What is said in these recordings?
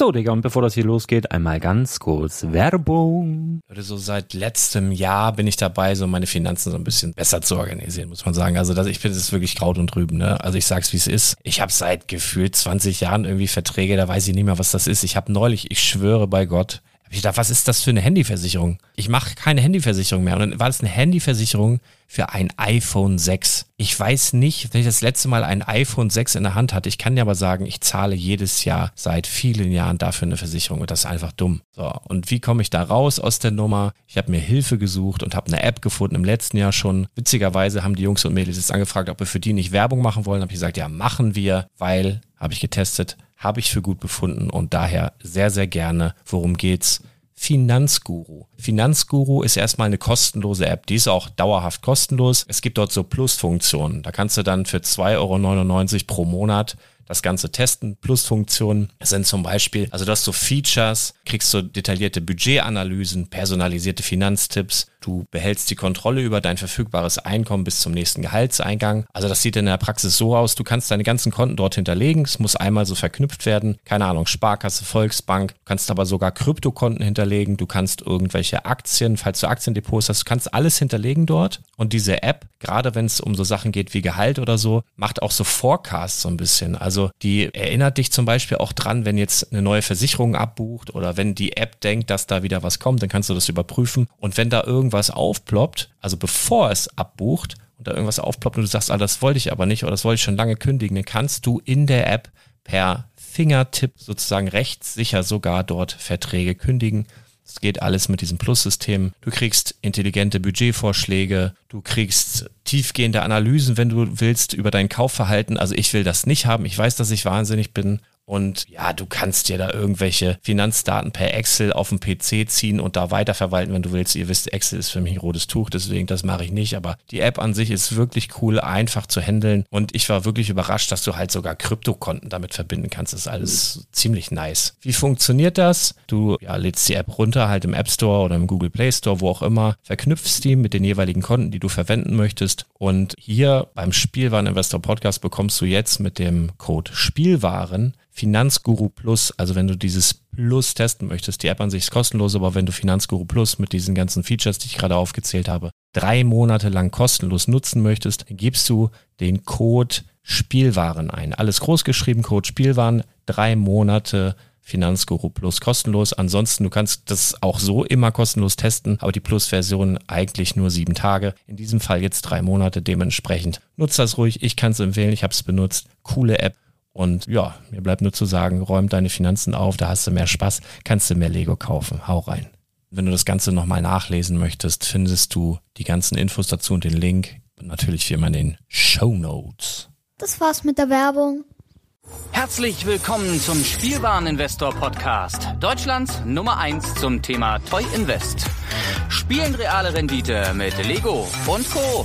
So, Digga, und bevor das hier losgeht, einmal ganz kurz Werbung. So seit letztem Jahr bin ich dabei, so meine Finanzen so ein bisschen besser zu organisieren, muss man sagen. Also ich finde, das ist wirklich Kraut und Rüben, ne? Also ich sag's, wie es ist. Ich habe seit gefühlt 20 Jahren irgendwie Verträge, da weiß ich nicht mehr, was das ist. Ich habe neulich, ich schwöre bei Gott, ich dachte, was ist das für eine Handyversicherung? Ich mache keine Handyversicherung mehr. Und dann war das eine Handyversicherung für ein iPhone 6. Ich weiß nicht, wenn ich das letzte Mal ein iPhone 6 in der Hand hatte. Ich kann dir aber sagen, ich zahle jedes Jahr seit vielen Jahren dafür eine Versicherung. Und das ist einfach dumm. So, und wie komme ich da raus aus der Nummer? Ich habe mir Hilfe gesucht und habe eine App gefunden im letzten Jahr schon. Witzigerweise haben die Jungs und Mädels jetzt angefragt, ob wir für die nicht Werbung machen wollen. Habe ich gesagt, ja, machen wir, weil, habe ich getestet, habe ich für gut befunden und daher sehr, sehr gerne. Worum geht's? Finanzguru. Finanzguru ist erstmal eine kostenlose App. Die ist auch dauerhaft kostenlos. Es gibt dort so Plusfunktionen. Da kannst du dann für 2,99 € pro Monat das Ganze testen. Plusfunktionen sind zum Beispiel, also du hast so Features, kriegst so detaillierte Budgetanalysen, personalisierte Finanztipps, du behältst die Kontrolle über dein verfügbares Einkommen bis zum nächsten Gehaltseingang. Also das sieht in der Praxis so aus, du kannst deine ganzen Konten dort hinterlegen, es muss einmal so verknüpft werden, keine Ahnung, Sparkasse, Volksbank, du kannst aber sogar Kryptokonten hinterlegen, du kannst irgendwelche Aktien, falls du Aktiendepots hast, du kannst alles hinterlegen dort und diese App, gerade wenn es um so Sachen geht wie Gehalt oder so, macht auch so Forecasts so ein bisschen, also die erinnert dich zum Beispiel auch dran, wenn jetzt eine neue Versicherung abbucht oder wenn die App denkt, dass da wieder was kommt, dann kannst du das überprüfen und wenn da irgendwas aufploppt, also bevor es abbucht und da irgendwas aufploppt und du sagst, das wollte ich aber nicht oder das wollte ich schon lange kündigen, dann kannst du in der App per Fingertipp sozusagen rechtssicher sogar dort Verträge kündigen. Das geht alles mit diesem Plus-System. Du kriegst intelligente Budgetvorschläge, du kriegst tiefgehende Analysen, wenn du willst, über dein Kaufverhalten. Also ich will das nicht haben. Ich weiß, dass ich wahnsinnig bin. Und ja, du kannst dir da irgendwelche Finanzdaten per Excel auf dem PC ziehen und da weiterverwalten, wenn du willst. Ihr wisst, Excel ist für mich ein rotes Tuch, deswegen das mache ich nicht. Aber die App an sich ist wirklich cool, einfach zu handeln. Und ich war wirklich überrascht, dass du halt sogar Kryptokonten damit verbinden kannst. Das ist alles ziemlich nice. Wie funktioniert das? Du lädst die App runter, halt im App Store oder im Google Play Store, wo auch immer, verknüpfst die mit den jeweiligen Konten, die du verwenden möchtest. Und hier beim Spielwareninvestor Podcast bekommst du jetzt mit dem Code Spielwaren Finanzguru Plus, also wenn du dieses Plus testen möchtest, die App an sich ist kostenlos, aber wenn du Finanzguru Plus mit diesen ganzen Features, die ich gerade aufgezählt habe, 3 Monate lang kostenlos nutzen möchtest, dann gibst du den Code Spielwaren ein. Alles groß geschrieben, Code Spielwaren, 3 Monate Finanzguru Plus kostenlos. Ansonsten, du kannst das auch so immer kostenlos testen, aber die Plus-Version eigentlich nur 7 Tage. In diesem Fall jetzt 3 Monate, dementsprechend nutzt das ruhig. Ich kann es empfehlen, ich habe es benutzt. Coole App. Und ja, mir bleibt nur zu sagen, räum deine Finanzen auf, da hast du mehr Spaß, kannst du mehr Lego kaufen. Hau rein. Wenn du das Ganze nochmal nachlesen möchtest, findest du die ganzen Infos dazu und den Link. Und natürlich wie immer in den Shownotes. Das war's mit der Werbung. Herzlich willkommen zum Spielwareninvestor Podcast. Deutschlands Nummer 1 zum Thema Toy Invest. Spielen reale Rendite mit Lego und Co.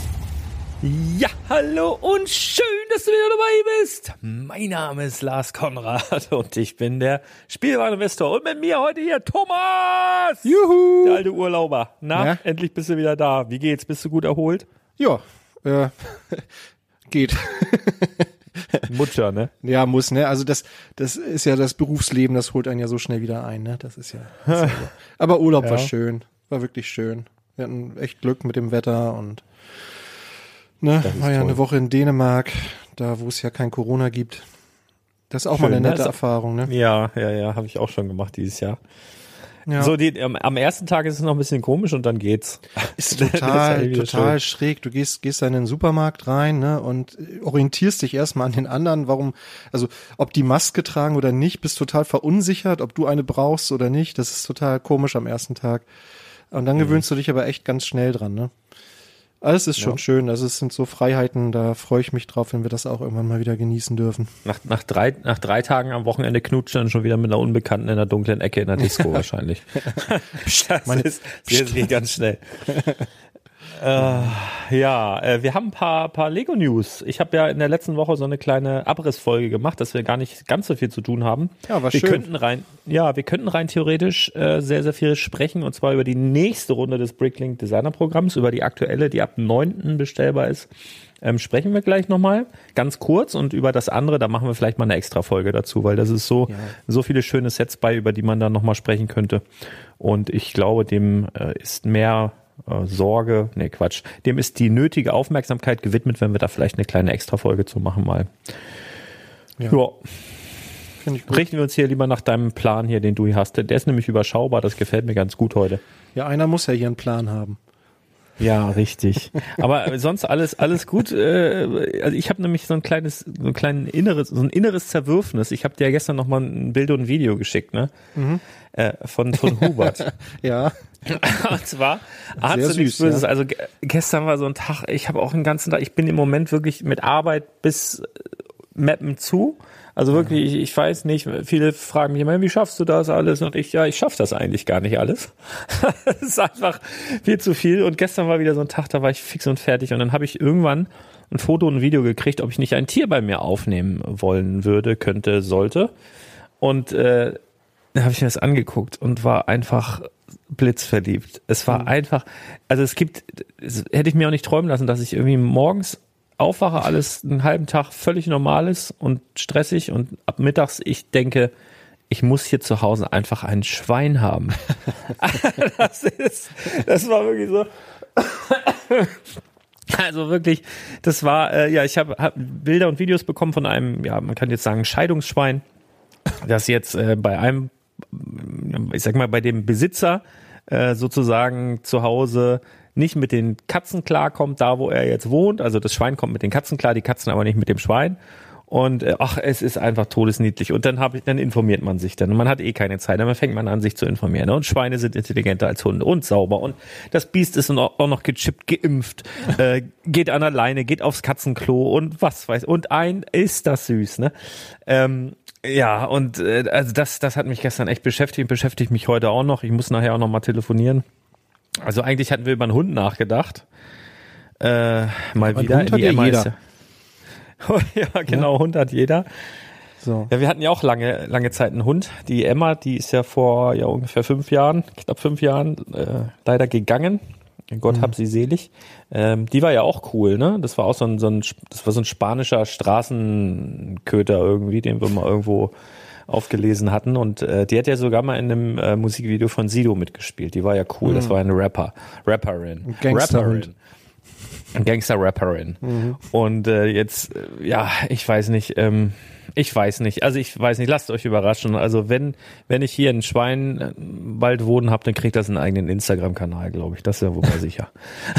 Ja, hallo und schön, dass du wieder dabei bist. Mein Name ist Lars Konrad und ich bin der Spielwareninvestor. Und mit mir heute hier Thomas. Juhu. Der alte Urlauber. Na, endlich bist du wieder da. Wie geht's? Bist du gut erholt? Ja, geht. Mutter, ne? Ja, muss, ne? Also das ist ja das Berufsleben, das holt einen ja so schnell wieder ein, ne? Das ist ja so. Aber Urlaub war schön. War wirklich schön. Wir hatten echt Glück mit dem Wetter und ne, war ja eine Woche in Dänemark, da wo es ja kein Corona gibt. Das ist auch schön, mal eine nette Erfahrung, ne? Ja, habe ich auch schon gemacht dieses Jahr. Ja. So, am ersten Tag ist es noch ein bisschen komisch und dann geht's. Ist total schräg. Du gehst da in den Supermarkt rein, ne, und orientierst dich erstmal an den anderen, ob die Maske tragen oder nicht, bist total verunsichert, ob du eine brauchst oder nicht. Das ist total komisch am ersten Tag. Und dann gewöhnst du dich aber echt ganz schnell dran, ne? Alles ist schon schön, also es sind so Freiheiten, da freue ich mich drauf, wenn wir das auch irgendwann mal wieder genießen dürfen. Nach drei Tagen am Wochenende knutschen dann schon wieder mit einer Unbekannten in der dunklen Ecke in der Disco wahrscheinlich. Das geht ganz schnell. Wir haben ein paar Lego-News. Ich habe ja in der letzten Woche so eine kleine Abrissfolge gemacht, dass wir gar nicht ganz so viel zu tun haben. Ja, war wir schön. Wir könnten rein theoretisch sehr, sehr viel sprechen, und zwar über die nächste Runde des Bricklink Designer Programms, über die aktuelle, die ab 9. bestellbar ist. Sprechen wir gleich nochmal ganz kurz, und über das andere, da machen wir vielleicht mal eine extra Folge dazu, weil das ist so viele schöne Sets bei, über die man dann nochmal sprechen könnte. Und ich glaube, dem ist mehr dem ist die nötige Aufmerksamkeit gewidmet, wenn wir da vielleicht eine kleine extra Folge zu machen mal. Ja. Finde ich gut. Richten wir uns hier lieber nach deinem Plan hier, den du hier hast. Der ist nämlich überschaubar, das gefällt mir ganz gut heute. Ja, einer muss ja hier einen Plan haben. Ja, richtig. Aber sonst alles gut. Also ich habe nämlich so ein inneres Zerwürfnis. Ich habe dir ja gestern noch mal ein Bild und ein Video geschickt, ne? Mhm. Von Hubert. Ja. Und zwar hat sie nichts Böses. Ja. Also gestern war so ein Tag. Ich habe auch einen ganzen Tag. Ich bin im Moment wirklich mit Arbeit bis Mappen zu. Also wirklich, ich weiß nicht, viele fragen mich immer, wie schaffst du das alles? Und ich schaffe das eigentlich gar nicht alles. Das ist einfach viel zu viel. Und gestern war wieder so ein Tag, da war ich fix und fertig. Und dann habe ich irgendwann ein Foto und ein Video gekriegt, ob ich nicht ein Tier bei mir aufnehmen wollen würde, könnte, sollte. Und dann habe ich mir das angeguckt und war einfach blitzverliebt. Es war einfach, also hätte ich mir auch nicht träumen lassen, dass ich irgendwie morgens aufwache, alles einen halben Tag völlig normal ist und stressig, und ab mittags ich denke, ich muss hier zu Hause einfach ein Schwein haben. Das war wirklich so. Also wirklich, das war, ich habe Bilder und Videos bekommen von einem, man kann jetzt sagen, Scheidungsschwein, das jetzt bei einem, ich sag mal, bei dem Besitzer sozusagen zu Hause nicht mit den Katzen klarkommt, da wo er jetzt wohnt. Also das Schwein kommt mit den Katzen klar, die Katzen aber nicht mit dem Schwein. Und es ist einfach todesniedlich. Und dann informiert man sich dann. Und man hat keine Zeit, dann fängt man an, sich zu informieren. Und Schweine sind intelligenter als Hunde und sauber. Und das Biest ist auch noch gechippt, geimpft, geht an der Leine, geht aufs Katzenklo und was weiß. Und ist das süß, ne? Also das hat mich gestern echt beschäftigt mich heute auch noch. Ich muss nachher auch noch mal telefonieren. Also eigentlich hatten wir über einen Hund nachgedacht. Mal aber wieder. Hund hat ja jeder. Ja, genau, Hund hat jeder. So. Ja, wir hatten ja auch lange Zeit einen Hund. Die Emma, die ist ja vor ungefähr knapp 5 Jahren leider gegangen. Gott hab sie selig. Die war ja auch cool, ne? Das war auch so ein spanischer Straßenköter irgendwie, den wir mal irgendwo aufgelesen hatten, und die hat ja sogar mal in einem Musikvideo von Sido mitgespielt. Die war ja cool, das war eine Rapperin. Gangster-Rapperin. Und jetzt, ich weiß nicht, lasst euch überraschen. Also wenn ich hier ein Schwein bald wohnen habe, dann kriegt das einen eigenen Instagram-Kanal, glaube ich. Das ist ja wohl mal sicher.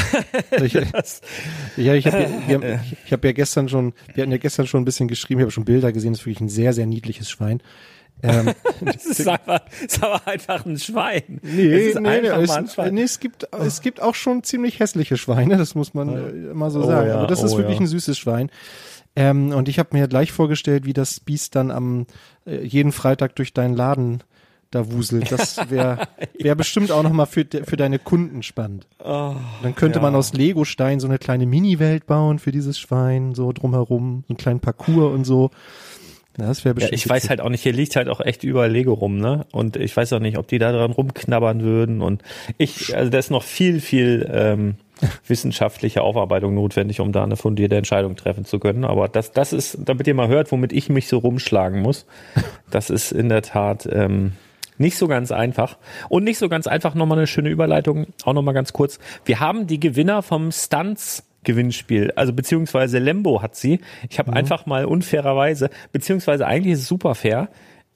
Wir hatten ja gestern schon ein bisschen geschrieben, ich habe schon Bilder gesehen, das ist wirklich ein sehr, sehr niedliches Schwein. Das ist aber einfach ein Schwein. Es gibt auch schon ziemlich hässliche Schweine, das muss man immer so sagen. Aber das ist wirklich ein süßes Schwein. Und ich habe mir gleich vorgestellt, wie das Biest dann jeden Freitag durch deinen Laden da wuselt. Das wäre bestimmt auch nochmal für deine Kunden spannend. Dann könnte man aus Lego-Stein so eine kleine Mini-Welt bauen für dieses Schwein, so drumherum, so einen kleinen Parcours und so. Das wäre bestimmt. Ich weiß halt auch nicht, hier liegt halt auch echt überall Lego rum, ne? Und ich weiß auch nicht, ob die da dran rumknabbern würden. Und da ist noch viel wissenschaftliche Aufarbeitung notwendig, um da eine fundierte Entscheidung treffen zu können. Aber das ist, damit ihr mal hört, womit ich mich so rumschlagen muss, das ist in der Tat nicht so ganz einfach. Und nicht so ganz einfach, nochmal eine schöne Überleitung, auch nochmal ganz kurz. Wir haben die Gewinner vom Stunts-Gewinnspiel, also beziehungsweise Lembo hat sie. Ich habe einfach mal unfairerweise, beziehungsweise eigentlich ist es super fair,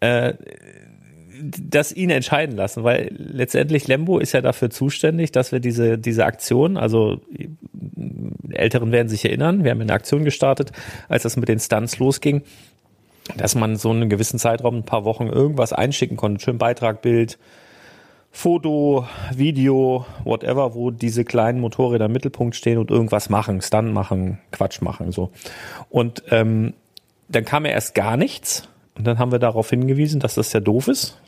das ihn entscheiden lassen, weil letztendlich Lembo ist ja dafür zuständig, dass wir diese Aktion, also die Älteren werden sich erinnern, wir haben eine Aktion gestartet, als das mit den Stunts losging, dass man so einen gewissen Zeitraum, ein paar Wochen irgendwas einschicken konnte, schön Beitrag, Bild, Foto, Video, whatever, wo diese kleinen Motorräder im Mittelpunkt stehen und irgendwas machen, Stunt machen, Quatsch machen, so. Und dann kam ja erst gar nichts. Und dann haben wir darauf hingewiesen, dass das ja doof ist.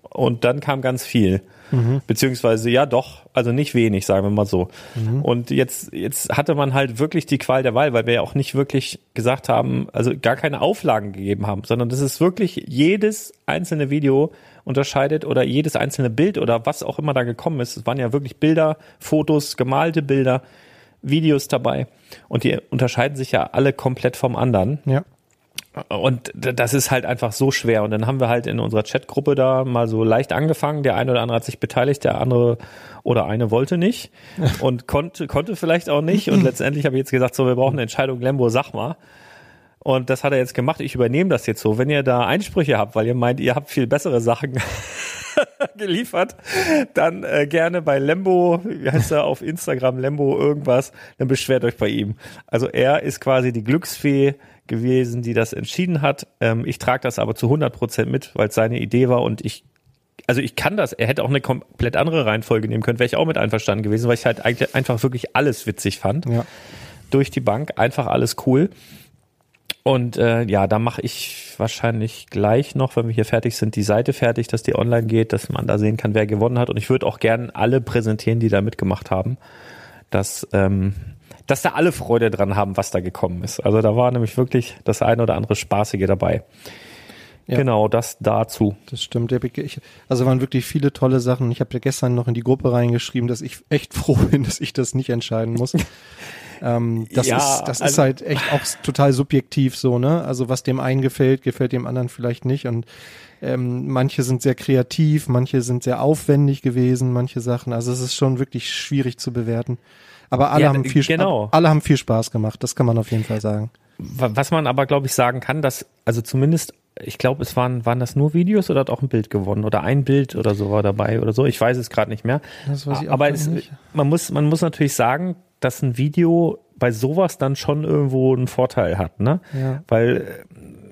und dann kam ganz viel. Beziehungsweise ja doch, also nicht wenig, sagen wir mal so. Und jetzt hatte man halt wirklich die Qual der Wahl, weil wir ja auch nicht wirklich gesagt haben, also gar keine Auflagen gegeben haben, sondern das ist wirklich jedes einzelne Video unterscheidet oder jedes einzelne Bild oder was auch immer da gekommen ist. Es waren ja wirklich Bilder, Fotos, gemalte Bilder, Videos dabei und die unterscheiden sich ja alle komplett vom anderen. Ja. Und das ist halt einfach so schwer. Und dann haben wir halt in unserer Chatgruppe da mal so leicht angefangen. Der eine oder andere hat sich beteiligt, der andere oder eine wollte nicht und konnte vielleicht auch nicht. Und letztendlich habe ich jetzt gesagt, so, wir brauchen eine Entscheidung, Lembo, sag mal. Und das hat er jetzt gemacht. Ich übernehme das jetzt so. Wenn ihr da Einsprüche habt, weil ihr meint, ihr habt viel bessere Sachen geliefert, dann gerne bei Lembo, wie heißt er auf Instagram, Lembo irgendwas, dann beschwert euch bei ihm. Also er ist quasi die Glücksfee gewesen, die das entschieden hat. Ich trage das aber zu 100% mit, weil es seine Idee war und ich kann das, er hätte auch eine komplett andere Reihenfolge nehmen können, wäre ich auch mit einverstanden gewesen, weil ich halt eigentlich einfach wirklich alles witzig fand. Ja. Durch die Bank, einfach alles cool. Und da mache ich wahrscheinlich gleich noch, wenn wir hier fertig sind, die Seite fertig, dass die online geht, dass man da sehen kann, wer gewonnen hat. Und ich würde auch gern alle präsentieren, die da mitgemacht haben, dass da alle Freude dran haben, was da gekommen ist. Also da war nämlich wirklich das eine oder andere Spaßige dabei. Ja. Genau, das dazu. Das stimmt. Also waren wirklich viele tolle Sachen. Ich habe ja gestern noch in die Gruppe reingeschrieben, dass ich echt froh bin, dass ich das nicht entscheiden muss. Das ist halt echt auch total subjektiv so, ne? Also was dem einen gefällt dem anderen vielleicht nicht. Und manche sind sehr kreativ, manche sind sehr aufwendig gewesen, manche Sachen. Also es ist schon wirklich schwierig zu bewerten. Aber alle haben viel Spaß gemacht, das kann man auf jeden Fall sagen. Was man aber, glaube ich, sagen kann, dass, also zumindest, ich glaube, waren das nur Videos oder hat auch ein Bild gewonnen? Oder ein Bild oder so war dabei oder so? Ich weiß es gerade nicht mehr. Das weiß ich auch aber nicht. Man muss natürlich sagen, dass ein Video bei sowas dann schon irgendwo einen Vorteil hat, ne? Ja. Weil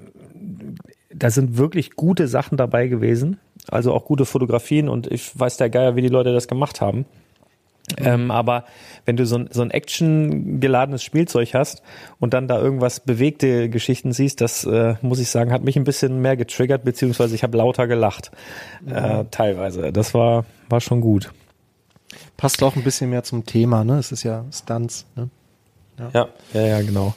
da sind wirklich gute Sachen dabei gewesen, also auch gute Fotografien und ich weiß der Geier, wie die Leute das gemacht haben. Aber wenn du so ein actiongeladenes Spielzeug hast und dann da irgendwas bewegte Geschichten siehst, das muss ich sagen, hat mich ein bisschen mehr getriggert, beziehungsweise ich habe lauter gelacht, teilweise. Das war schon gut. Passt auch ein bisschen mehr zum Thema, ne? Es ist ja Stunts, ne? Ja, genau.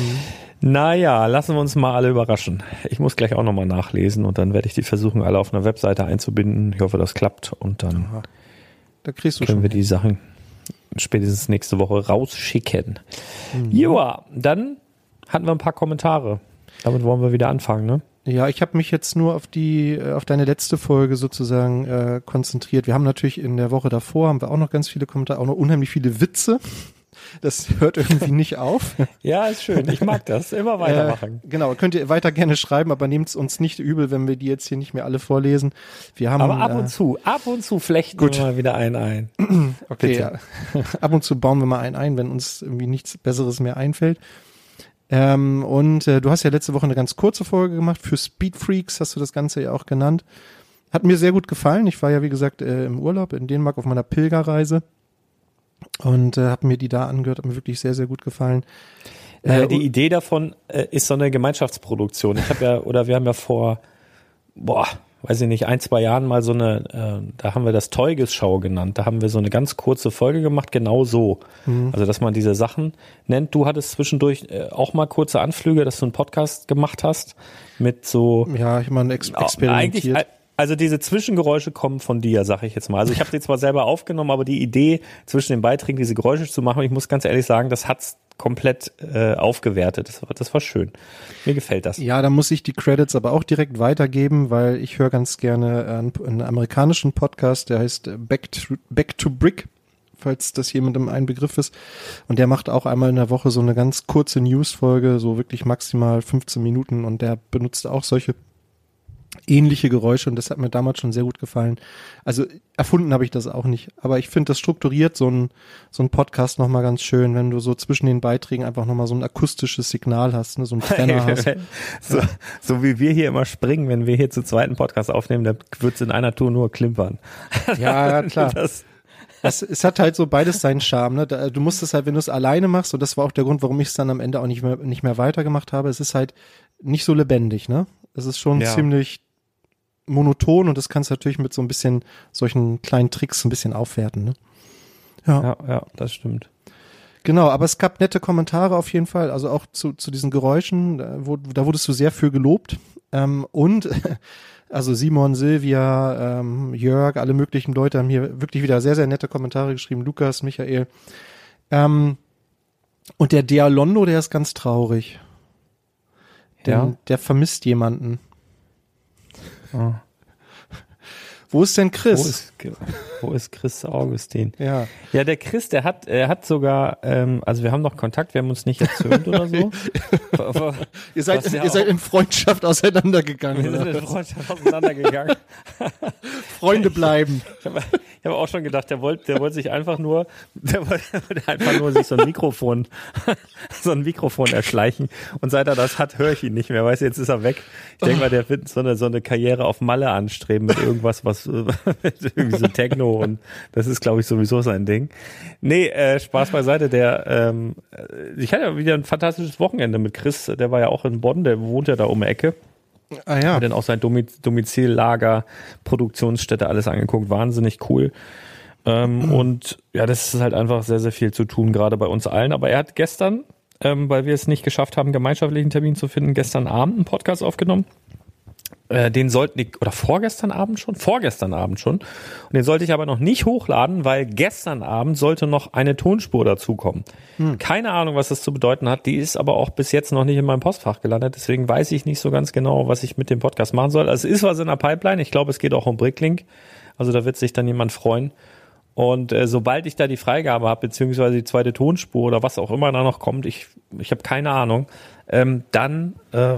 Naja, lassen wir uns mal alle überraschen. Ich muss gleich auch nochmal nachlesen und dann werde ich die versuchen, alle auf einer Webseite einzubinden. Ich hoffe, das klappt und dann da kriegst du können schon wir die Sachen spätestens nächste Woche rausschicken. Ja, dann hatten wir ein paar Kommentare. Damit wollen wir wieder anfangen, ne? Ja, ich habe mich jetzt nur auf deine letzte Folge sozusagen konzentriert. Wir haben natürlich in der Woche davor haben wir auch noch ganz viele Kommentare, auch noch unheimlich viele Witze. Das hört irgendwie nicht auf. Ja, ist schön. Ich mag das. Immer weitermachen. Genau, könnt ihr weiter gerne schreiben, aber nehmt es uns nicht übel, wenn wir die jetzt hier nicht mehr alle vorlesen. Wir haben, aber ab und zu flechten wir mal wieder einen ein. Okay, ja. Ab und zu bauen wir mal einen ein, wenn uns irgendwie nichts Besseres mehr einfällt. Du hast ja letzte Woche eine ganz kurze Folge gemacht. Für Speed Freaks hast du das Ganze ja auch genannt. Hat mir sehr gut gefallen. Ich war ja, wie gesagt, im Urlaub in Dänemark auf meiner Pilgerreise. Und habe mir die da angehört, hat mir wirklich sehr, sehr gut gefallen. Die Idee davon ist so eine Gemeinschaftsproduktion. Wir haben ja vor, weiß ich nicht, 1-2 Jahren mal so eine, da haben wir das Teuges-Schau genannt. Da haben wir so eine ganz kurze Folge gemacht, genau so. Also, dass man diese Sachen nennt. Du hattest zwischendurch auch mal kurze Anflüge, dass du einen Podcast gemacht hast mit so. Ja, ich meine, experimentiert. Also diese Zwischengeräusche kommen von dir, sag ich jetzt mal. Also ich habe die zwar selber aufgenommen, aber die Idee, zwischen den Beiträgen diese Geräusche zu machen, ich muss ganz ehrlich sagen, das hat's komplett aufgewertet. Das war schön. Mir gefällt das. Ja, da muss ich die Credits aber auch direkt weitergeben, weil ich höre ganz gerne einen amerikanischen Podcast, der heißt Back to Brick, falls das jemandem ein Begriff ist. Und der macht auch einmal in der Woche so eine ganz kurze News-Folge, so wirklich maximal 15 Minuten und der benutzt auch solche ähnliche Geräusche und das hat mir damals schon sehr gut gefallen. Also erfunden habe ich das auch nicht, aber ich finde das strukturiert so ein Podcast nochmal ganz schön, wenn du so zwischen den Beiträgen einfach nochmal so ein akustisches Signal hast, ne, so ein Trenner hast. So wie wir hier immer springen, wenn wir hier zu zweiten Podcast aufnehmen, da wird es in einer Tour nur klimpern. Ja, klar. Es hat halt so beides seinen Charme, ne? Du musst es halt, wenn du es alleine machst, und das war auch der Grund, warum ich es dann am Ende auch nicht mehr weitergemacht habe, es ist halt nicht so lebendig, ne? Es ist schon ziemlich monoton und das kannst du natürlich mit so ein bisschen solchen kleinen Tricks ein bisschen aufwerten, ne? Ja, das stimmt. Genau, aber es gab nette Kommentare auf jeden Fall, also auch zu diesen Geräuschen, da wurdest du sehr für gelobt. Und also Simon, Silvia, Jörg, alle möglichen Leute haben hier wirklich wieder sehr, sehr nette Kommentare geschrieben. Lukas, Michael. Und der Dialondo, der ist ganz traurig. Der vermisst jemanden. Oh. Wo ist denn Chris? Wo ist Chris Augustin? Ja, der Chris, der hat sogar, also wir haben noch Kontakt, wir haben uns nicht erzürnt oder so. Ihr seid in Freundschaft auseinandergegangen. Wir sind in Freundschaft auseinandergegangen. Freunde bleiben. Ich habe auch schon gedacht, der wollte sich einfach nur sich so ein Mikrofon erschleichen. Und seit er das hat, höre ich ihn nicht mehr. Weißt du, jetzt ist er weg. Ich denke mal, der wird so eine Karriere auf Malle anstreben mit irgendwas, was irgendwie so Techno, und das ist, glaube ich, sowieso sein Ding. Nee, Spaß beiseite. Ich hatte ja wieder ein fantastisches Wochenende mit Chris. Der war ja auch in Bonn, der wohnt ja da um die Ecke. Ah ja. Hat dann auch sein Domizil, Lager, Produktionsstätte, alles angeguckt. Wahnsinnig cool. Und ja, das ist halt einfach sehr, sehr viel zu tun, gerade bei uns allen. Aber er hat gestern, weil wir es nicht geschafft haben, gemeinschaftlichen Termin zu finden, gestern Abend einen Podcast aufgenommen. Vorgestern Abend schon. Und den sollte ich aber noch nicht hochladen, weil gestern Abend sollte noch eine Tonspur dazukommen. Keine Ahnung, was das zu bedeuten hat. Die ist aber auch bis jetzt noch nicht in meinem Postfach gelandet. Deswegen weiß ich nicht so ganz genau, was ich mit dem Podcast machen soll. Also es ist was in der Pipeline. Ich glaube, es geht auch um Bricklink. Also da wird sich dann jemand freuen. Und sobald ich da die Freigabe habe, beziehungsweise die zweite Tonspur oder was auch immer da noch kommt, ich habe keine Ahnung, dann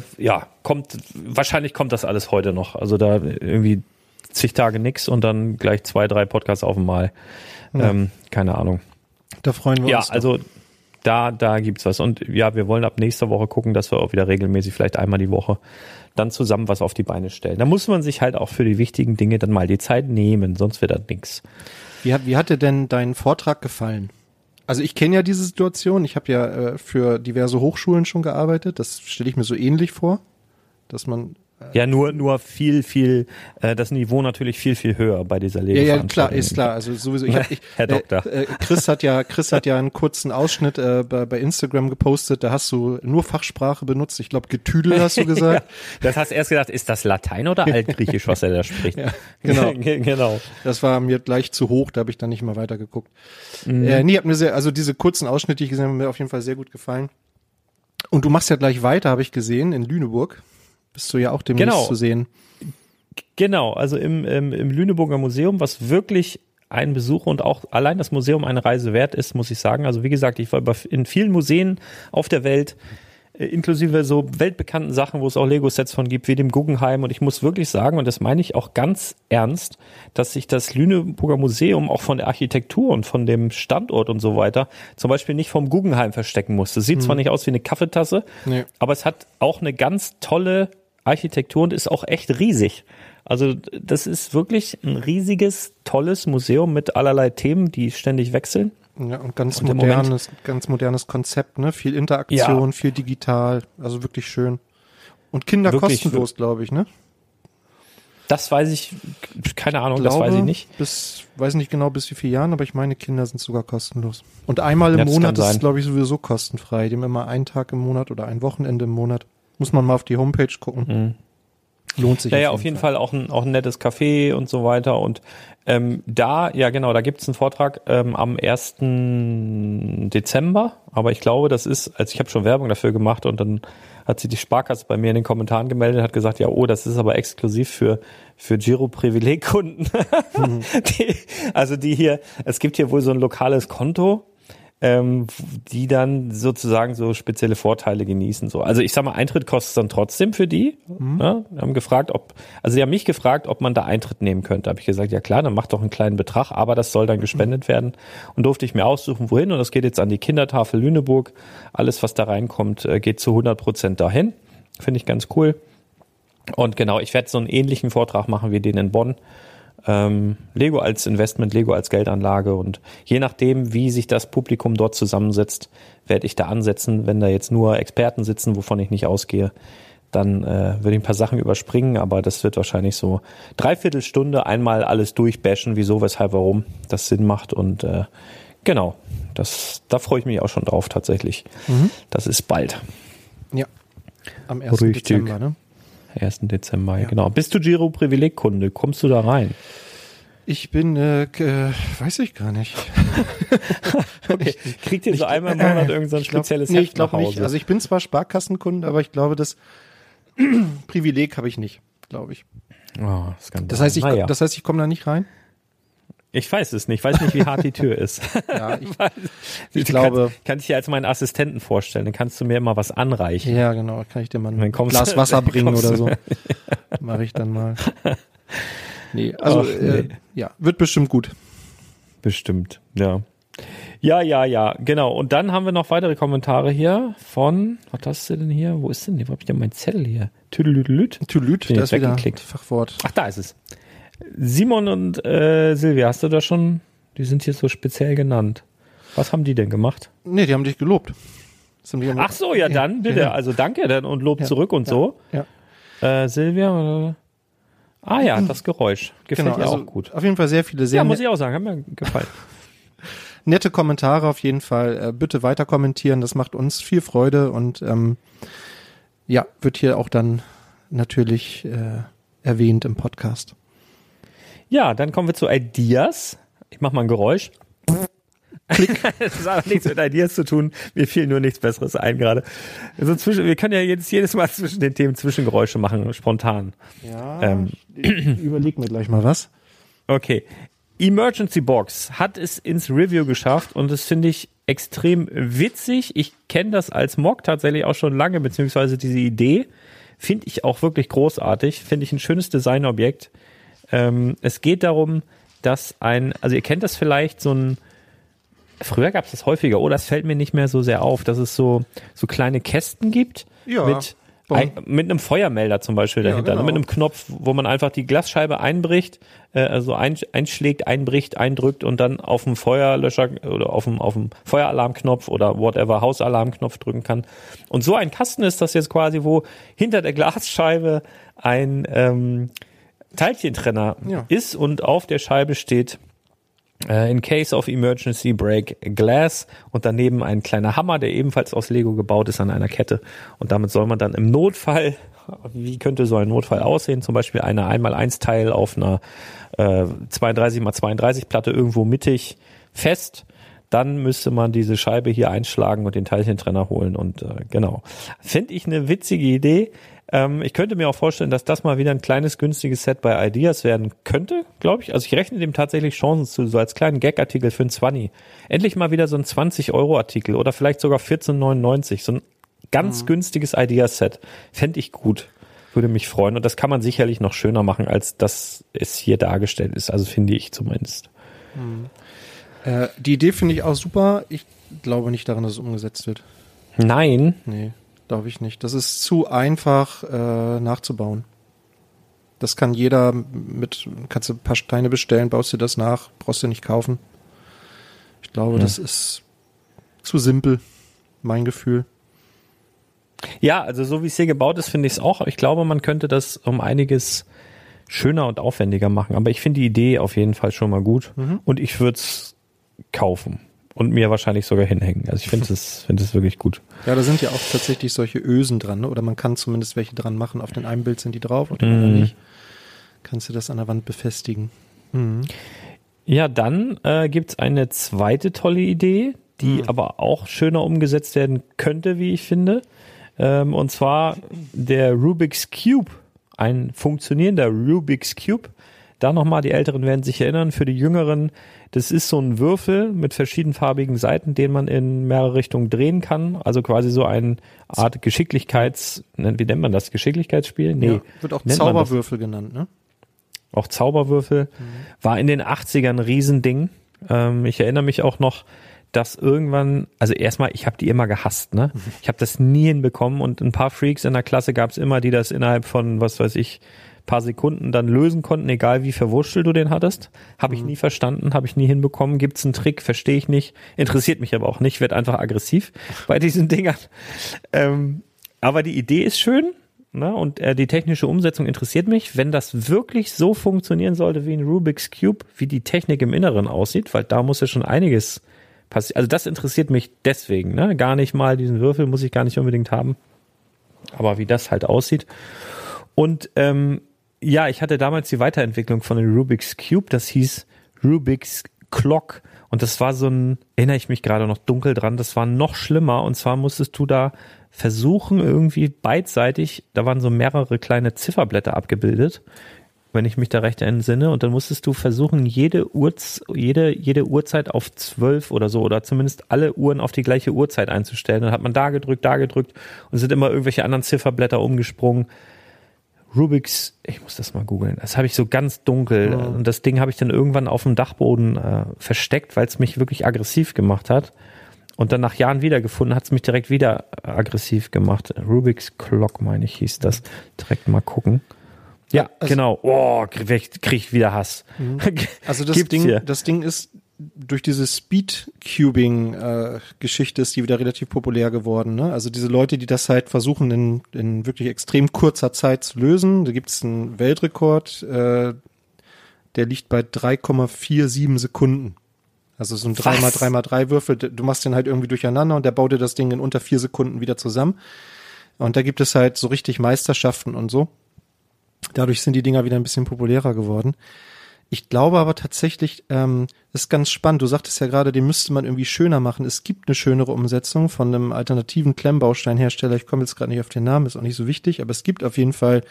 wahrscheinlich kommt das alles heute noch. Also da irgendwie zig Tage nix und dann gleich 2, 3 Podcasts auf einmal. Keine Ahnung. Da freuen wir uns. Ja, also da gibt's was. Und ja, wir wollen ab nächster Woche gucken, dass wir auch wieder regelmäßig, vielleicht einmal die Woche, dann zusammen was auf die Beine stellen. Da muss man sich halt auch für die wichtigen Dinge dann mal die Zeit nehmen, sonst wird das nix. Wie hat dir denn dein Vortrag gefallen? Also ich kenne ja diese Situation. Ich habe ja für diverse Hochschulen schon gearbeitet. Das stelle ich mir so ähnlich vor, dass man ja, nur viel, das Niveau natürlich viel höher bei dieser Lehrveranstaltung. Ja, ist klar. Also sowieso. Herr Doktor. Chris hat ja einen kurzen Ausschnitt bei Instagram gepostet. Da hast du nur Fachsprache benutzt. Ich glaube, Getüdel hast du gesagt. Ja, das hast du erst gedacht, ist das Latein oder Altgriechisch, was er da spricht? Ja, genau. Genau. Das war mir gleich zu hoch. Da habe ich dann nicht mal weitergeguckt. Hat mir also diese kurzen Ausschnitte, die ich gesehen habe, mir auf jeden Fall sehr gut gefallen. Und du machst ja gleich weiter, habe ich gesehen, in Lüneburg. Bist du ja auch demnächst zu sehen. Genau, also im Lüneburger Museum, was wirklich ein Besuch und auch allein das Museum eine Reise wert ist, muss ich sagen. Also wie gesagt, ich war in vielen Museen auf der Welt, inklusive so weltbekannten Sachen, wo es auch Lego-Sets von gibt, wie dem Guggenheim. Und ich muss wirklich sagen, und das meine ich auch ganz ernst, dass sich das Lüneburger Museum auch von der Architektur und von dem Standort und so weiter zum Beispiel nicht vom Guggenheim verstecken musste. Es sieht zwar nicht aus wie eine Kaffeetasse, aber es hat auch eine ganz tolle Architektur und ist auch echt riesig. Also das ist wirklich ein riesiges, tolles Museum mit allerlei Themen, die ständig wechseln. Ja, und ganz modernes Konzept, ne? Viel Interaktion, viel digital, also wirklich schön. Und Kinder wirklich kostenlos, glaube ich, ne? Das weiß ich, keine Ahnung, das weiß ich nicht. Weiß nicht genau bis wie viele Jahren, aber ich meine, Kinder sind sogar kostenlos. Und einmal im Monat ist es, glaube ich, sowieso kostenfrei. Die haben immer einen Tag im Monat oder ein Wochenende im Monat. Muss man mal auf die Homepage gucken. Lohnt sich. Naja, auf jeden Fall auch ein nettes Café und so weiter. Und da gibt's einen Vortrag am 1. Dezember. Aber ich glaube, ich habe schon Werbung dafür gemacht und dann hat sich die Sparkasse bei mir in den Kommentaren gemeldet und hat gesagt, ja, das ist aber exklusiv für Giro-Privileg-Kunden. Die hier, es gibt hier wohl so ein lokales Konto, die dann sozusagen so spezielle Vorteile genießen. So. Also ich sag mal, Eintritt kostet dann trotzdem für die. Ja, die haben mich gefragt, ob man da Eintritt nehmen könnte. Habe ich gesagt, ja klar, dann mach doch einen kleinen Betrag, aber das soll dann gespendet werden. Und durfte ich mir aussuchen, wohin. Und das geht jetzt an die Kindertafel Lüneburg. Alles, was da reinkommt, geht zu 100% dahin. Finde ich ganz cool. Und genau, ich werde so einen ähnlichen Vortrag machen wie den in Bonn. Lego als Investment, Lego als Geldanlage und je nachdem, wie sich das Publikum dort zusammensetzt, werde ich da ansetzen. Wenn da jetzt nur Experten sitzen, wovon ich nicht ausgehe, dann würde ich ein paar Sachen überspringen, aber das wird wahrscheinlich so 3/4 Stunde einmal alles durchbashen, wieso, weshalb, warum das Sinn macht und genau, da freue ich mich auch schon drauf tatsächlich. Das ist bald. Ja, am 1. Dezember, ne? 1. Dezember, ja. Genau. Bist du Giro-Privileg-Kunde? Kommst du da rein? Ich bin, weiß ich gar nicht. Okay. Kriegt ihr so einmal im Monat irgend so ein spezielles Heft ich glaube nicht. Also ich bin zwar Sparkassenkunde, aber ich glaube, das Privileg habe ich nicht, glaube ich. Oh, das heißt, ich komme da nicht rein? Ich weiß es nicht. Ich weiß nicht, wie hart die Tür ist. Ja, ich glaube. Kann ich dir als meinen Assistenten vorstellen. Dann kannst du mir immer was anreichen. Ja, genau. Kann ich dir mal ein Glas Wasser bringen oder so. Mache ich dann mal. Nee, also ja, wird bestimmt gut. Bestimmt, ja. Ja, genau. Und dann haben wir noch weitere Kommentare hier von, was hast du denn hier? Wo ist denn hier? Wo hab ich denn mein Zettel hier? Tüdelüt, da ist wieder Fachwort. Ach, da ist es. Simon und Silvia, hast du da schon, die sind hier so speziell genannt. Was haben die denn gemacht? Nee, die haben dich gelobt. Ach so, ja dann, bitte. Ja. Also danke dann und Lob zurück und so. Ja. Silvia, das Geräusch. Gefällt mir auch gut. Auf jeden Fall sehr viele, sehr muss ich auch sagen, haben mir gefallen. Nette Kommentare auf jeden Fall. Bitte weiter kommentieren, das macht uns viel Freude und wird hier auch dann natürlich erwähnt im Podcast. Ja, dann kommen wir zu Ideas. Ich mach mal ein Geräusch. Klick. Das hat nichts mit Ideas zu tun. Mir fiel nur nichts Besseres ein gerade. Also wir können ja jedes Mal zwischen den Themen Zwischengeräusche machen, spontan. Ja, ich überleg mir gleich mal was. Okay. Emergency Box hat es ins Review geschafft und das finde ich extrem witzig. Ich kenne das als Mock tatsächlich auch schon lange, beziehungsweise diese Idee finde ich auch wirklich großartig. Finde ich ein schönes Designobjekt. Es geht darum, dass also ihr kennt das vielleicht, früher gab es das häufiger, das fällt mir nicht mehr so sehr auf, dass es so kleine Kästen gibt mit einem Feuermelder zum Beispiel dahinter, mit einem Knopf, wo man einfach die Glasscheibe einbricht, also einschlägt, einbricht, eindrückt und dann auf dem Feuerlöscher oder auf dem Feueralarmknopf oder whatever Hausalarmknopf drücken kann. Und so ein Kasten ist das jetzt quasi, wo hinter der Glasscheibe ein Teilchentrenner ist und auf der Scheibe steht in case of emergency break glass und daneben ein kleiner Hammer, der ebenfalls aus Lego gebaut ist an einer Kette und damit soll man dann im Notfall, wie könnte so ein Notfall aussehen, zum Beispiel eine 1x1 Teil auf einer 32x32 Platte irgendwo mittig fest, dann müsste man diese Scheibe hier einschlagen und den Teilchentrenner holen und genau. Finde ich eine witzige Idee. Ich könnte mir auch vorstellen, dass das mal wieder ein kleines, günstiges Set bei Ideas werden könnte, glaube ich. Also ich rechne dem tatsächlich Chancen zu, so als kleinen Gag-Artikel für ein 20. Endlich mal wieder so ein 20-Euro-Artikel oder vielleicht sogar 14,99. So ein ganz günstiges Ideas-Set. Fände ich gut. Würde mich freuen. Und das kann man sicherlich noch schöner machen, als das es hier dargestellt ist. Also finde ich zumindest. Die Idee finde ich auch super. Ich glaube nicht daran, dass es umgesetzt wird. Nein. Nee. Glaube ich nicht. Das ist zu einfach nachzubauen. Das kann jeder kannst du ein paar Steine bestellen, baust dir das nach, brauchst du nicht kaufen. Ich glaube, das ist zu simpel, mein Gefühl. Ja, also so wie es hier gebaut ist, finde ich es auch. Ich glaube, man könnte das um einiges schöner und aufwendiger machen. Aber ich finde die Idee auf jeden Fall schon mal gut. Und ich würde es kaufen. Und mir wahrscheinlich sogar hinhängen. Also ich finde es wirklich gut. Ja, da sind ja auch tatsächlich solche Ösen dran, ne? Oder man kann zumindest welche dran machen. Auf den einen Bild sind die drauf, auf dem anderen nicht. Kannst du das an der Wand befestigen. Ja, dann gibt's eine zweite tolle Idee, die aber auch schöner umgesetzt werden könnte, wie ich finde. Und zwar der Rubik's Cube. Ein funktionierender Rubik's Cube. Da nochmal, die Älteren werden sich erinnern, für die Jüngeren, das ist so ein Würfel mit verschiedenfarbigen Seiten, den man in mehrere Richtungen drehen kann. Also quasi so eine Art wie nennt man das? Geschicklichkeitsspiel? Nee. Ja, wird auch Zauberwürfel genannt, ne? Auch Zauberwürfel. War in den 80ern ein Riesending. Ich erinnere mich auch noch, dass irgendwann, also erstmal, ich habe die immer gehasst, ne? Ich habe das nie hinbekommen und ein paar Freaks in der Klasse gab es immer, die das innerhalb von, was weiß ich, paar Sekunden dann lösen konnten, egal wie verwurschtelt du den hattest. Habe ich nie verstanden, habe ich nie hinbekommen. Gibt's einen Trick, verstehe ich nicht. Interessiert mich aber auch nicht, werde einfach aggressiv bei diesen Dingern. Aber die Idee ist schön. ne? Und die technische Umsetzung interessiert mich, wenn das wirklich so funktionieren sollte wie ein Rubik's Cube, wie die Technik im Inneren aussieht, weil da muss ja schon einiges passieren. Also das interessiert mich deswegen, ne? Gar nicht mal, diesen Würfel muss ich gar nicht unbedingt haben, aber wie das halt aussieht. Und ja, ich hatte damals die Weiterentwicklung von dem Rubik's Cube, das hieß Rubik's Clock. Und das war so ein, erinnere ich mich gerade noch dunkel dran, das war noch schlimmer. Und zwar musstest du da versuchen, irgendwie beidseitig, da waren so mehrere kleine Zifferblätter abgebildet, wenn ich mich da recht entsinne. Und dann musstest du versuchen, jede Uhrzeit auf 12 oder so, oder zumindest alle Uhren auf die gleiche Uhrzeit einzustellen. Dann hat man da gedrückt und sind immer irgendwelche anderen Zifferblätter umgesprungen. Rubik's, ich muss das mal googeln, das habe ich so ganz dunkel und das Ding habe ich dann irgendwann auf dem Dachboden versteckt, weil es mich wirklich aggressiv gemacht hat und dann nach Jahren wiedergefunden, hat es mich direkt wieder aggressiv gemacht. Rubik's Clock, meine ich, hieß das. Direkt mal gucken. Ja, also, genau. Oh, krieg ich wieder Hass. Also das Ding ist durch diese Speed-Cubing-Geschichte ist die wieder relativ populär geworden. Ne? Also diese Leute, die das halt versuchen, in wirklich extrem kurzer Zeit zu lösen. Da gibt es einen Weltrekord, der liegt bei 3,47 Sekunden. Also so ein 3x3x3-Würfel. Du machst den halt irgendwie durcheinander und der baut dir das Ding in unter 4 Sekunden wieder zusammen. Und da gibt es halt so richtig Meisterschaften und so. Dadurch sind die Dinger wieder ein bisschen populärer geworden. Ich glaube aber tatsächlich, das ist ganz spannend. Du sagtest ja gerade, den müsste man irgendwie schöner machen. Es gibt eine schönere Umsetzung von einem alternativen Klemmbausteinhersteller. Ich komme jetzt gerade nicht auf den Namen, ist auch nicht so wichtig, aber es gibt auf jeden Fall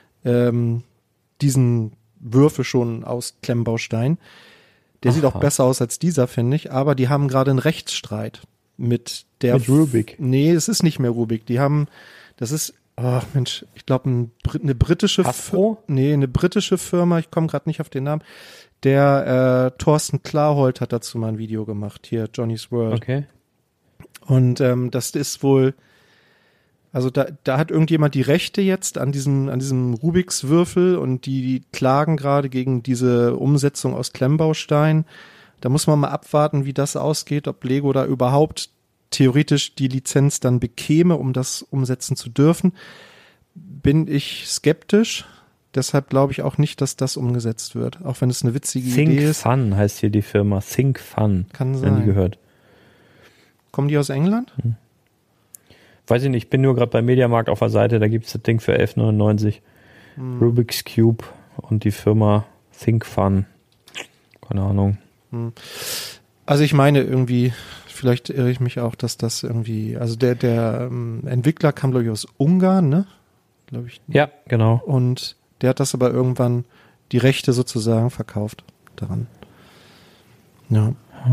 diesen Würfel schon aus Klemmbaustein. Der sieht auch besser aus als dieser, finde ich, aber die haben gerade einen Rechtsstreit mit Rubik. Nee, es ist nicht mehr Rubik. Das ist ich glaube eine britische Firma, ich komme gerade nicht auf den Namen. Der Thorsten Klarholt hat dazu mal ein Video gemacht, hier Johnny's World. Okay. Und das ist wohl, also da hat irgendjemand die Rechte jetzt an diesem Rubiks Würfel und die klagen gerade gegen diese Umsetzung aus Klemmbaustein. Da muss man mal abwarten, wie das ausgeht, ob Lego da überhaupt theoretisch die Lizenz dann bekäme, um das umsetzen zu dürfen. Bin ich skeptisch. Deshalb glaube ich auch nicht, dass das umgesetzt wird. Auch wenn es eine witzige Idee ist. Think Fun heißt hier die Firma. Think Fun. Kann sein. Wenn die gehört. Kommen die aus England? Weiß ich nicht. Ich bin nur gerade bei Mediamarkt auf der Seite. Da gibt es das Ding für 11,99. Rubik's Cube und die Firma Think Fun. Keine Ahnung. Also ich meine irgendwie, vielleicht irre ich mich auch, dass das irgendwie, also der Entwickler kam, glaube ich, aus Ungarn, ne? Glaube ich. Ja, genau. Und der hat das aber irgendwann die Rechte sozusagen verkauft daran. Ja.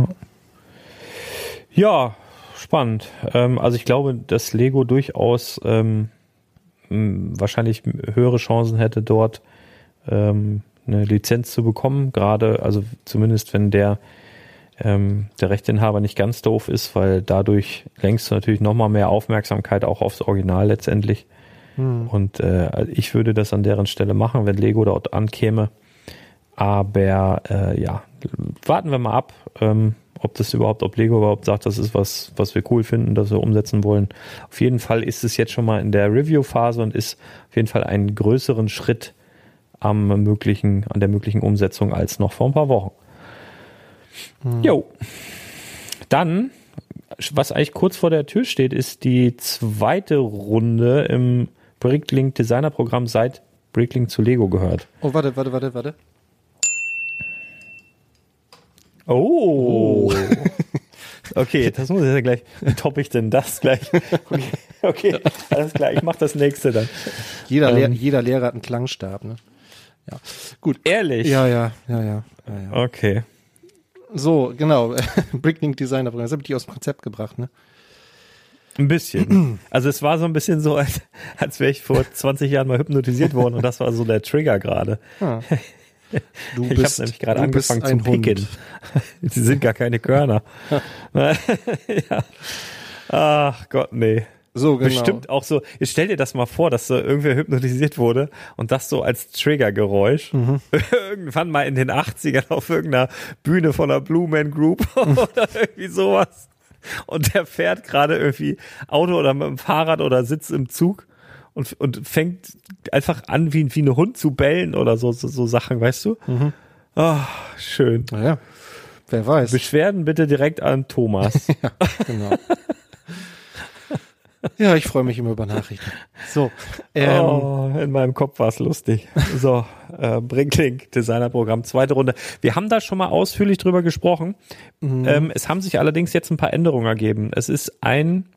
Ja, spannend. Also ich glaube, dass Lego durchaus wahrscheinlich höhere Chancen hätte, dort eine Lizenz zu bekommen. Gerade, also zumindest wenn der Rechteinhaber nicht ganz doof ist, weil dadurch lenkst du natürlich nochmal mehr Aufmerksamkeit auch aufs Original letztendlich. Und ich würde das an deren Stelle machen, wenn Lego dort ankäme. Aber ja, warten wir mal ab, ob Lego überhaupt sagt, das ist was wir cool finden, das wir umsetzen wollen. Auf jeden Fall ist es jetzt schon mal in der Review-Phase und ist auf jeden Fall einen größeren Schritt an der möglichen Umsetzung als noch vor ein paar Wochen. Jo. Dann, was eigentlich kurz vor der Tür steht, ist die zweite Runde im Bricklink Designer Programm, seit Bricklink zu Lego gehört. Oh, warte. Oh. Okay, das muss ich ja gleich. Wie toppe ich denn das gleich? Okay, alles klar, ich mach das nächste dann. Jeder Lehrer hat einen Klangstab, ne? Ja, gut. Ehrlich? Ja. Okay. So, genau. Bricklink Designer Programm. Das habe ich aus dem Konzept gebracht, ne? Ein bisschen. Also es war so ein bisschen so, als wäre ich vor 20 Jahren mal hypnotisiert worden und das war so der Trigger gerade. Ah. Ich habe nämlich gerade angefangen zu picken. Sie sind gar keine Körner. Ja. Ach Gott, nee. So, genau. Bestimmt auch so, ich stell dir das mal vor, dass so irgendwer hypnotisiert wurde und das so als Triggergeräusch irgendwann mal in den 80ern auf irgendeiner Bühne von der Blue Man Group oder irgendwie sowas und der fährt gerade irgendwie Auto oder mit dem Fahrrad oder sitzt im Zug und fängt einfach an, wie ein Hund zu bellen oder so Sachen, weißt du? Oh, schön. Naja, wer weiß. Beschwerden bitte direkt an Thomas. Ja, genau. Ja, ich freue mich immer über Nachrichten. So. In meinem Kopf war es lustig. So, Bricklink, Designerprogramm, zweite Runde. Wir haben da schon mal ausführlich drüber gesprochen. Es haben sich allerdings jetzt ein paar Änderungen ergeben. Es ist ein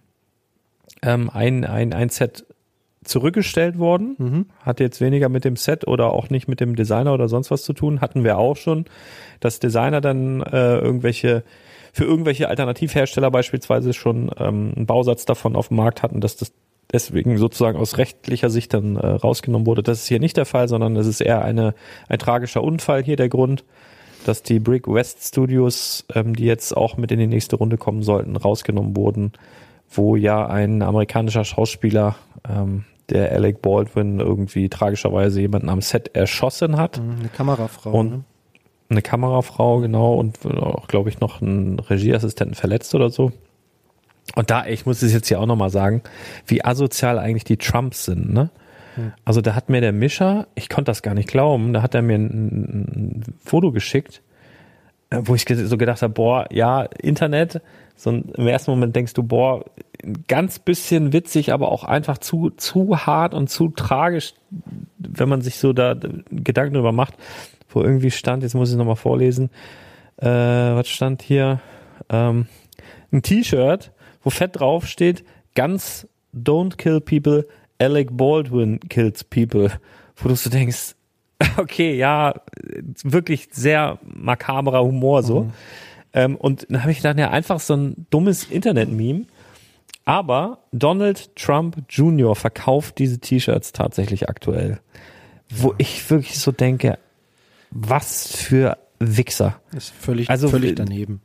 Set zurückgestellt worden. Hat jetzt weniger mit dem Set oder auch nicht mit dem Designer oder sonst was zu tun. Hatten wir auch schon, dass Designer dann für irgendwelche Alternativhersteller beispielsweise schon einen Bausatz davon auf dem Markt hatten, dass das deswegen sozusagen aus rechtlicher Sicht dann rausgenommen wurde. Das ist hier nicht der Fall, sondern es ist eher ein tragischer Unfall hier der Grund, dass die Brick West Studios, die jetzt auch mit in die nächste Runde kommen sollten, rausgenommen wurden, wo ja ein amerikanischer Schauspieler, der Alec Baldwin, irgendwie tragischerweise jemanden am Set erschossen hat. Eine Kamerafrau. Und eine Kamerafrau, genau, und auch, glaube ich, noch einen Regieassistenten verletzt oder so. Und ich muss es jetzt hier auch nochmal sagen, wie asozial eigentlich die Trumps sind, ne? Also da hat mir der Mischer, ich konnte das gar nicht glauben, da hat er mir ein Foto geschickt, wo ich so gedacht habe, boah, ja, Internet, im ersten Moment denkst du, boah, ein ganz bisschen witzig, aber auch einfach zu hart und zu tragisch, wenn man sich so da Gedanken drüber macht, wo irgendwie stand, jetzt muss ich es nochmal vorlesen, was stand hier, ein T-Shirt, wo fett drauf steht, Guns don't kill people, Alec Baldwin kills people, wo du so denkst, okay, ja, wirklich sehr makaberer Humor so. Und dann habe ich gedacht, ja, einfach so ein dummes Internet-Meme. Aber Donald Trump Jr. verkauft diese T-Shirts tatsächlich aktuell. Wo ich wirklich so denke, was für Wichser. Ist völlig daneben.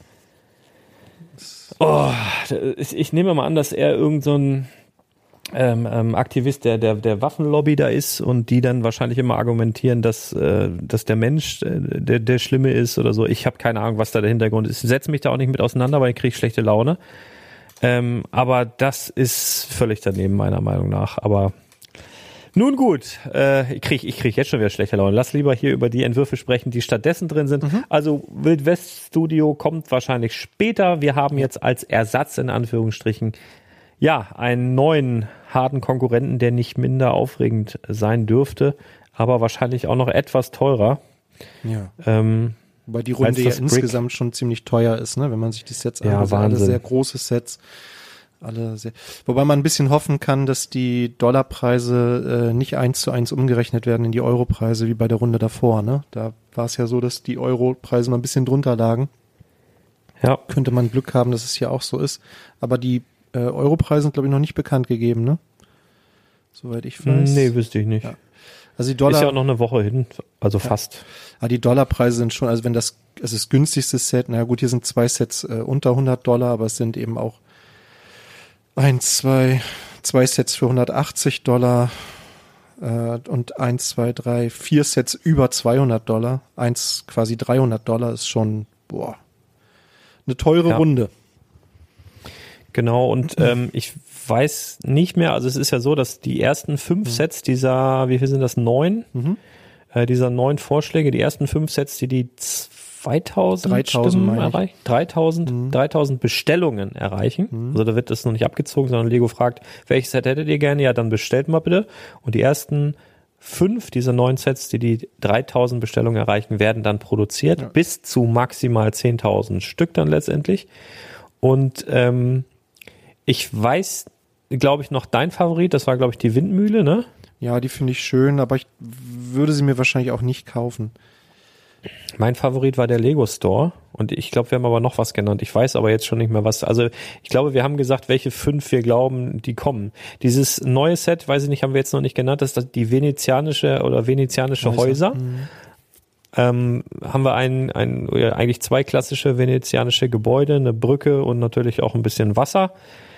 Ich nehme mal an, dass er irgend so ein Aktivist der Waffenlobby da ist und die dann wahrscheinlich immer argumentieren, dass der Mensch der Schlimme ist oder so. Ich habe keine Ahnung, was da der Hintergrund ist. Ich setze mich da auch nicht mit auseinander, weil ich kriege schlechte Laune. Aber das ist völlig daneben, meiner Meinung nach. Aber nun gut, ich krieg jetzt schon wieder schlechte Laune. Lass lieber hier über die Entwürfe sprechen, die stattdessen drin sind. Also Wild West Studio kommt wahrscheinlich später. Wir haben jetzt als Ersatz in Anführungsstrichen einen neuen harten Konkurrenten, der nicht minder aufregend sein dürfte, aber wahrscheinlich auch noch etwas teurer. Ja. Wobei die Runde ja insgesamt schon ziemlich teuer ist, ne? Wenn man sich die Sets anschaut, alle sehr große Sets. Wobei man ein bisschen hoffen kann, dass die Dollarpreise nicht 1:1 umgerechnet werden in die Europreise wie bei der Runde davor, ne? Da war es ja so, dass die Europreise mal ein bisschen drunter lagen. Ja. Könnte man Glück haben, dass es hier auch so ist. Aber die Europreise sind, glaube ich, noch nicht bekannt gegeben, ne? Soweit ich weiß. Nee, wüsste ich nicht. Ja. Also die Dollar, ist ja auch noch eine Woche hin, also fast. Ja, die Dollarpreise sind schon, also wenn es ist das günstigste Set, na gut, hier sind 2 Sets unter $100, aber es sind eben auch zwei Sets für $180 und 1, 2, 3, 4 Sets über $200. Eins quasi $300 ist schon, eine teure Runde. Genau, und ich weiß nicht mehr, also es ist ja so, dass die ersten 5 Sets dieser, wie viel sind das, 9? Dieser 9 Vorschläge, die ersten 5 Sets, die 3000 Stimmen erreichen, 3000 Bestellungen erreichen. Also da wird das noch nicht abgezogen, sondern Lego fragt, welches Set hättet ihr gerne? Ja, dann bestellt mal bitte. Und die ersten 5 dieser 9 Sets, die 3000 Bestellungen erreichen, werden dann produziert, bis zu maximal 10.000 Stück dann letztendlich. Und ich weiß, glaube ich, noch dein Favorit, das war, glaube ich, die Windmühle, ne? Ja, die finde ich schön, aber ich würde sie mir wahrscheinlich auch nicht kaufen. Mein Favorit war der Lego Store und ich glaube, wir haben aber noch was genannt. Ich weiß aber jetzt schon nicht mehr was. Also ich glaube, wir haben gesagt, welche 5 wir glauben, die kommen. Dieses neue Set, weiß ich nicht, haben wir jetzt noch nicht genannt, das ist die venezianische Häuser. Haben wir eigentlich 2 klassische venezianische Gebäude, eine Brücke und natürlich auch ein bisschen Wasser.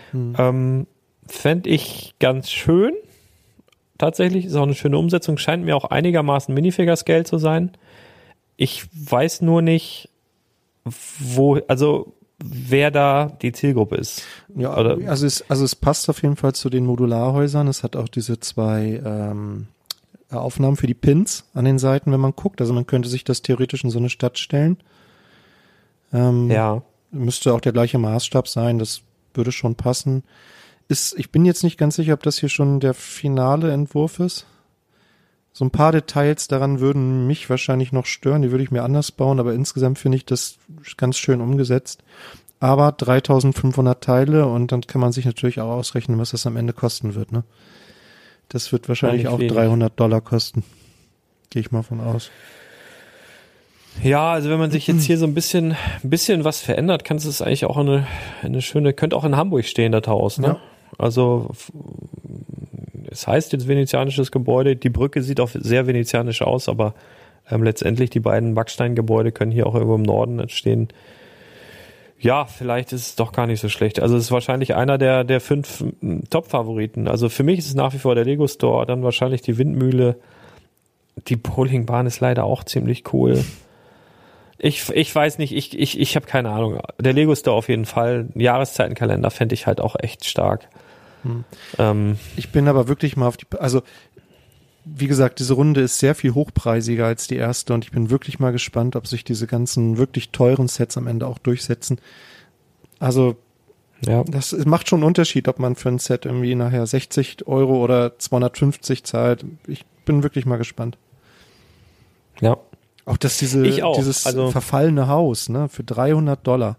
Fände ich ganz schön. Tatsächlich ist auch eine schöne Umsetzung, scheint mir auch einigermaßen Minifigure-Scale zu sein. Ich weiß nur nicht, also wer da die Zielgruppe ist. Ja, oder? also es passt auf jeden Fall zu den Modularhäusern. Es hat auch diese 2 Aufnahmen für die Pins an den Seiten, wenn man guckt. Also man könnte sich das theoretisch in so eine Stadt stellen. Ja. Müsste auch der gleiche Maßstab sein, das würde schon passen. Ich bin jetzt nicht ganz sicher, ob das hier schon der finale Entwurf ist. So ein paar Details daran würden mich wahrscheinlich noch stören, die würde ich mir anders bauen, aber insgesamt finde ich das ganz schön umgesetzt. Aber 3.500 Teile und dann kann man sich natürlich auch ausrechnen, was das am Ende kosten wird, ne? Das wird wahrscheinlich auch $300 kosten. Gehe ich mal von aus. Ja, also wenn man sich jetzt hier so ein bisschen was verändert, kann es eigentlich auch eine schöne, könnte auch in Hamburg stehen, das Haus, ne? Ja. Also es heißt jetzt venezianisches Gebäude, die Brücke sieht auch sehr venezianisch aus, aber letztendlich die beiden Backsteingebäude können hier auch irgendwo im Norden entstehen. Ja, vielleicht ist es doch gar nicht so schlecht. Also es ist wahrscheinlich einer der 5 Top-Favoriten. Also für mich ist es nach wie vor der Lego Store, dann wahrscheinlich die Windmühle. Die Bowlingbahn ist leider auch ziemlich cool. Ich weiß nicht, ich habe keine Ahnung. Der Lego Store auf jeden Fall. Jahreszeitenkalender fände ich halt auch echt stark. Ich bin aber wirklich mal also wie gesagt, diese Runde ist sehr viel hochpreisiger als die erste und ich bin wirklich mal gespannt, ob sich diese ganzen wirklich teuren Sets am Ende auch durchsetzen. Also ja, das macht schon einen Unterschied, ob man für ein Set irgendwie nachher 60 Euro oder 250 zahlt. Ich bin wirklich mal gespannt. Ja. Auch dass dieses verfallene Haus, ne, für $300.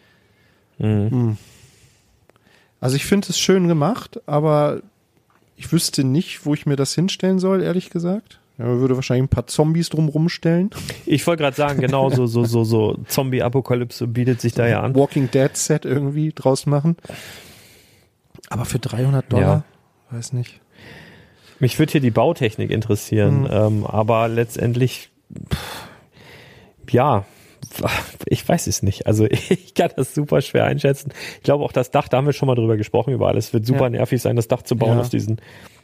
Also ich finde es schön gemacht, aber ich wüsste nicht, wo ich mir das hinstellen soll, ehrlich gesagt. Ja, man würde wahrscheinlich ein paar Zombies drumrum stellen. Ich wollte gerade sagen, genau, so Zombie-Apokalypse bietet sich da ja an. Walking Dead Set irgendwie draus machen. Aber für $300? Ja. Weiß nicht. Mich würde hier die Bautechnik interessieren, aber letztendlich, ja, ich weiß es nicht. Also ich kann das super schwer einschätzen. Ich glaube auch das Dach, da haben wir schon mal drüber gesprochen, über alles. Es wird super nervig sein, das Dach zu bauen aus diesen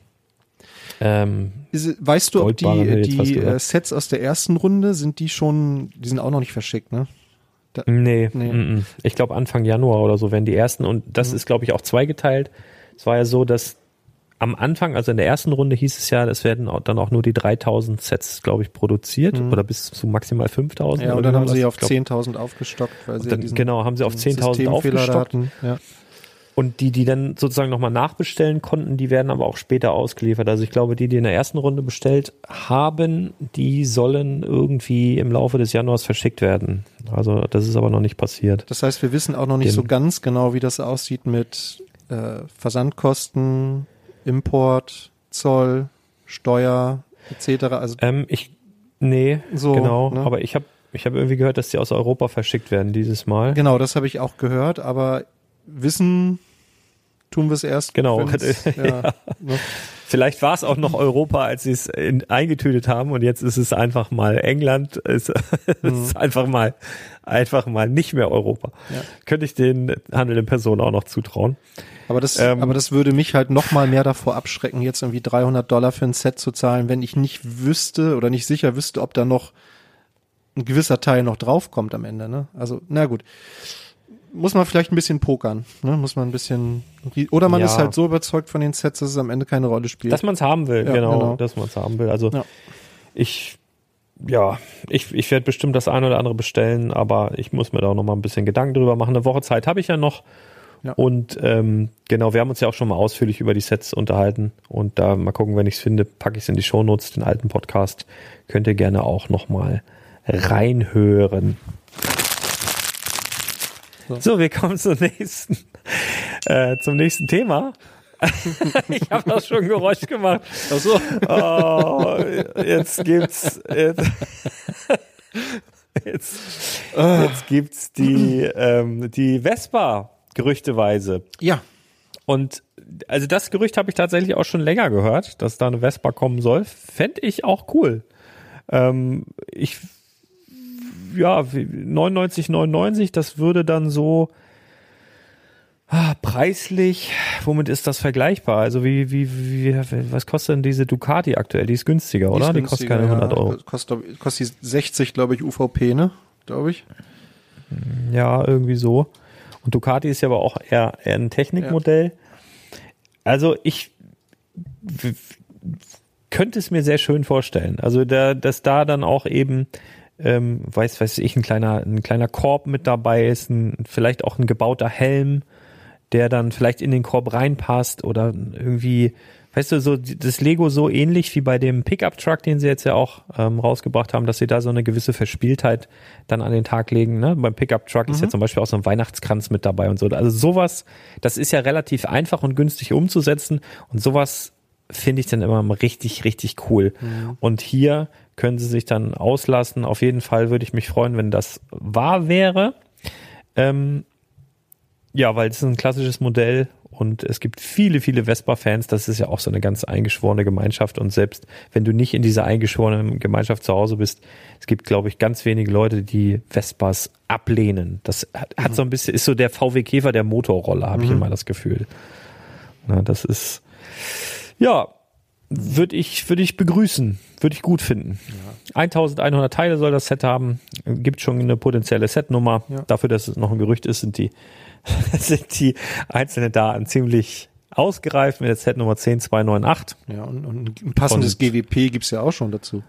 weißt du, ob die Sets aus der ersten Runde, die sind auch noch nicht verschickt, ne? Nee. Ich glaube Anfang Januar oder so werden die ersten und das ist, glaube ich, auch zweigeteilt. Es war ja so, dass am Anfang, also in der ersten Runde hieß es ja, es werden dann auch nur die 3.000 Sets, glaube ich, produziert oder bis zu maximal 5.000. Ja, und dann haben sie auf 10.000 aufgestockt. Weil sie haben sie auf 10.000 aufgestockt. Ja. Und die dann sozusagen nochmal nachbestellen konnten, die werden aber auch später ausgeliefert. Also ich glaube, die in der ersten Runde bestellt haben, die sollen irgendwie im Laufe des Januars verschickt werden. Also das ist aber noch nicht passiert. Das heißt, wir wissen auch noch nicht so ganz genau, wie das aussieht mit Versandkosten, Import, Zoll, Steuer, etc. Also genau. Ne? Aber ich hab irgendwie gehört, dass die aus Europa verschickt werden dieses Mal. Genau, das habe ich auch gehört, aber wissen tun wir es erst. Genau. Ne? Vielleicht war es auch noch Europa, als sie es eingetütet haben und jetzt ist es einfach mal England, ist einfach mal nicht mehr Europa. Ja. Könnte ich den handelnden Personen auch noch zutrauen. Aber das würde mich halt noch mal mehr davor abschrecken, jetzt irgendwie $300 für ein Set zu zahlen, wenn ich nicht wüsste oder nicht sicher wüsste, ob da noch ein gewisser Teil noch draufkommt am Ende, ne? Also, na gut. Muss man vielleicht ein bisschen pokern, ne? Muss man ein bisschen, oder man ist halt so überzeugt von den Sets, dass es am Ende keine Rolle spielt. Dass man es haben will, genau, dass man es haben will. Also ich werde bestimmt das eine oder andere bestellen, aber ich muss mir da auch noch mal ein bisschen Gedanken drüber machen. Eine Woche Zeit habe ich ja noch. Ja. Und genau, wir haben uns ja auch schon mal ausführlich über die Sets unterhalten und da mal gucken, wenn ich es finde, packe ich es in die Shownotes, den alten Podcast. Könnt ihr gerne auch noch mal reinhören. So, wir kommen zum nächsten Thema. Ich habe das schon Geräusch gemacht. Ach so. Oh, jetzt gibt's die Vespa gerüchteweise. Ja. Und also das Gerücht habe ich tatsächlich auch schon länger gehört, dass da eine Vespa kommen soll. Fände ich auch cool. 99,99, das würde dann so preislich, womit ist das vergleichbar? Also was kostet denn diese Ducati aktuell? Die ist günstiger, oder? Die kostet keine 100 Euro. Kostet 60, glaube ich, UVP, ne? Glaube ich. Ja, irgendwie so. Und Ducati ist ja aber auch eher ein Technikmodell. Ja. Also ich könnte es mir sehr schön vorstellen. Also dass da dann auch eben weiß ich, ein kleiner Korb mit dabei ist, vielleicht auch ein gebauter Helm, der dann vielleicht in den Korb reinpasst oder irgendwie, weißt du, so das Lego so ähnlich wie bei dem Pickup-Truck, den sie jetzt ja auch rausgebracht haben, dass sie da so eine gewisse Verspieltheit dann an den Tag legen. Ne? Beim Pickup-Truck ist ja zum Beispiel auch so ein Weihnachtskranz mit dabei und so. Also sowas, das ist ja relativ einfach und günstig umzusetzen und sowas finde ich dann immer richtig, richtig cool. Mhm. Und hier können sie sich dann auslassen. Auf jeden Fall würde ich mich freuen, wenn das wahr wäre. Ja, weil es ist ein klassisches Modell und es gibt viele, viele Vespa-Fans. Das ist ja auch so eine ganz eingeschworene Gemeinschaft. Und selbst wenn du nicht in dieser eingeschworenen Gemeinschaft zu Hause bist, es gibt, glaube ich, ganz wenige Leute, die Vespas ablehnen. Das hat so ein bisschen, ist so der VW Käfer der Motorroller, habe ich immer das Gefühl. Na, das ist, ja, würde ich begrüßen, würde ich gut finden. Ja. 1100 Teile soll das Set haben, gibt schon eine potenzielle Setnummer. Ja. Dafür, dass es noch ein Gerücht ist, sind die einzelnen Daten ziemlich ausgereift mit der Setnummer 10298. Ja, und ein passendes GWP gibt's ja auch schon dazu.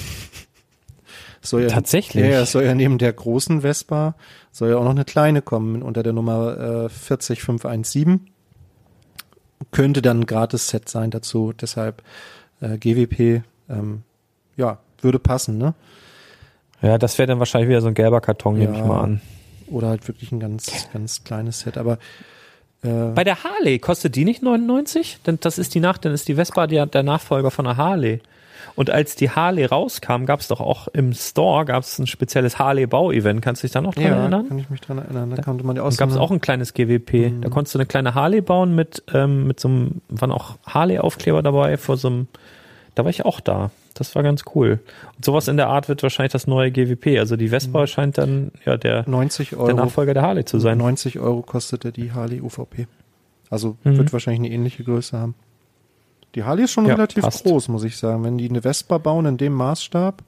Tatsächlich? Ja, es soll ja neben der großen Vespa, soll ja auch noch eine kleine kommen unter der Nummer 40517. Könnte dann ein Gratis-Set sein dazu, deshalb GWP, ja, würde passen, ne? Ja, das wäre dann wahrscheinlich wieder so ein gelber Karton, nehme ich mal an. Oder halt wirklich ein ganz, ganz kleines Set, aber bei der Harley kostet die nicht 99? Denn das ist dann ist die Vespa der Nachfolger von der Harley. Und als die Harley rauskam, gab es doch auch im Store ein spezielles Harley-Bau-Event. Kannst du dich da noch dran erinnern? Ja, kann ich mich dran erinnern. Da konnte man ja gab es auch ein kleines GWP. Da konntest du eine kleine Harley bauen mit so einem, waren auch Harley-Aufkleber dabei da war ich auch da. Das war ganz cool. Und sowas in der Art wird wahrscheinlich das neue GWP. Also die Vespa scheint dann ja der 90 Euro, der Nachfolger der Harley zu sein. 90 Euro kostete die Harley UVP. Also wird wahrscheinlich eine ähnliche Größe haben. Die Harley ist schon relativ groß, muss ich sagen. Wenn die eine Vespa bauen in dem Maßstab.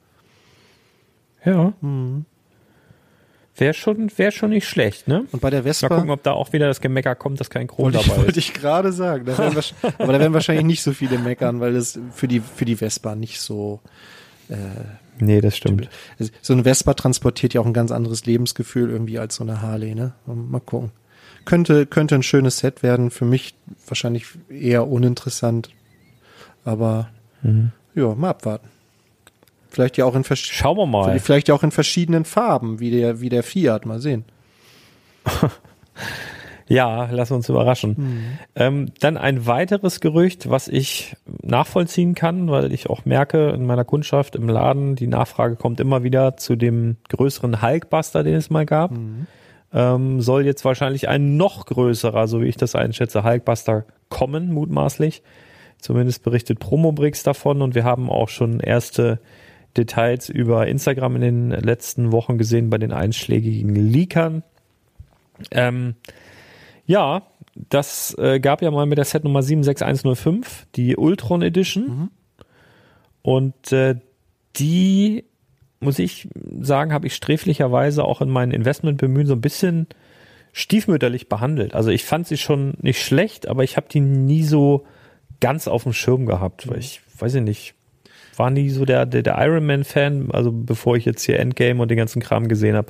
Ja. Wäre schon nicht schlecht, ne? Und bei der Vespa. Mal gucken, ob da auch wieder das Gemecker kommt, dass kein Chrom dabei ist. Wollte ich gerade sagen. Aber da werden wahrscheinlich nicht so viele meckern, weil das für die Vespa nicht so. Nee, das stimmt. So eine Vespa transportiert ja auch ein ganz anderes Lebensgefühl irgendwie als so eine Harley, ne? Mal gucken. Könnte ein schönes Set werden. Für mich wahrscheinlich eher uninteressant. Aber ja, mal abwarten. Vielleicht ja auch schauen wir mal. Vielleicht ja auch in verschiedenen Farben, wie der Fiat. Mal sehen. Ja, lass uns überraschen. Dann ein weiteres Gerücht, was ich nachvollziehen kann, weil ich auch merke in meiner Kundschaft im Laden, die Nachfrage kommt immer wieder zu dem größeren Hulkbuster, den es mal gab. Soll jetzt wahrscheinlich ein noch größerer, so wie ich das einschätze, Hulkbuster kommen, mutmaßlich. Zumindest berichtet Promobrix davon und wir haben auch schon erste Details über Instagram in den letzten Wochen gesehen bei den einschlägigen Leakern. Ja, das gab ja mal mit der Setnummer 76105, die Ultron Edition. Und die, muss ich sagen, habe ich sträflicherweise auch in meinen Investmentbemühen so ein bisschen stiefmütterlich behandelt. Also ich fand sie schon nicht schlecht, aber ich habe die nie so ganz auf dem Schirm gehabt, weil ich weiß nicht, war nie so der Iron Man Fan, also bevor ich jetzt hier Endgame und den ganzen Kram gesehen habe.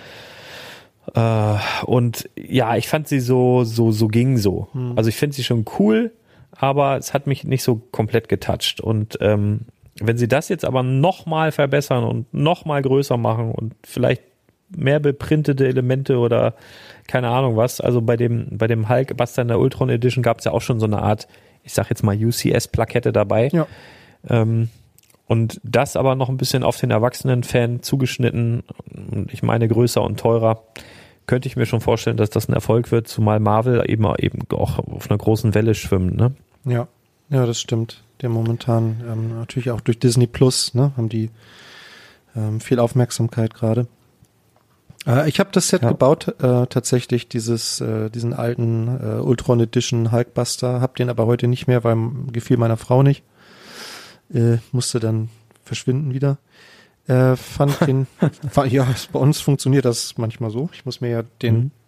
Und ja, ich fand sie so ging so. Also ich finde sie schon cool, aber es hat mich nicht so komplett getoucht. Und wenn sie das jetzt aber nochmal verbessern und nochmal größer machen und vielleicht mehr beprintete Elemente oder keine Ahnung was, also bei dem Hulkbuster in der Ultron Edition gab es ja auch schon so eine Art, ich sag jetzt mal UCS-Plakette dabei. Ja. Und das aber noch ein bisschen auf den Erwachsenen-Fan zugeschnitten. Ich meine, größer und teurer. Könnte ich mir schon vorstellen, dass das ein Erfolg wird, zumal Marvel eben auch auf einer großen Welle schwimmt, ne? Ja, das stimmt. Der momentan natürlich auch durch Disney Plus, ne, haben die viel Aufmerksamkeit gerade. Ich habe das Set gebaut, tatsächlich diesen alten Ultron Edition Hulkbuster, hab den aber heute nicht mehr, weil gefiel meiner Frau nicht. Musste dann verschwinden wieder. Bei uns funktioniert das manchmal so. Ich muss mir ja den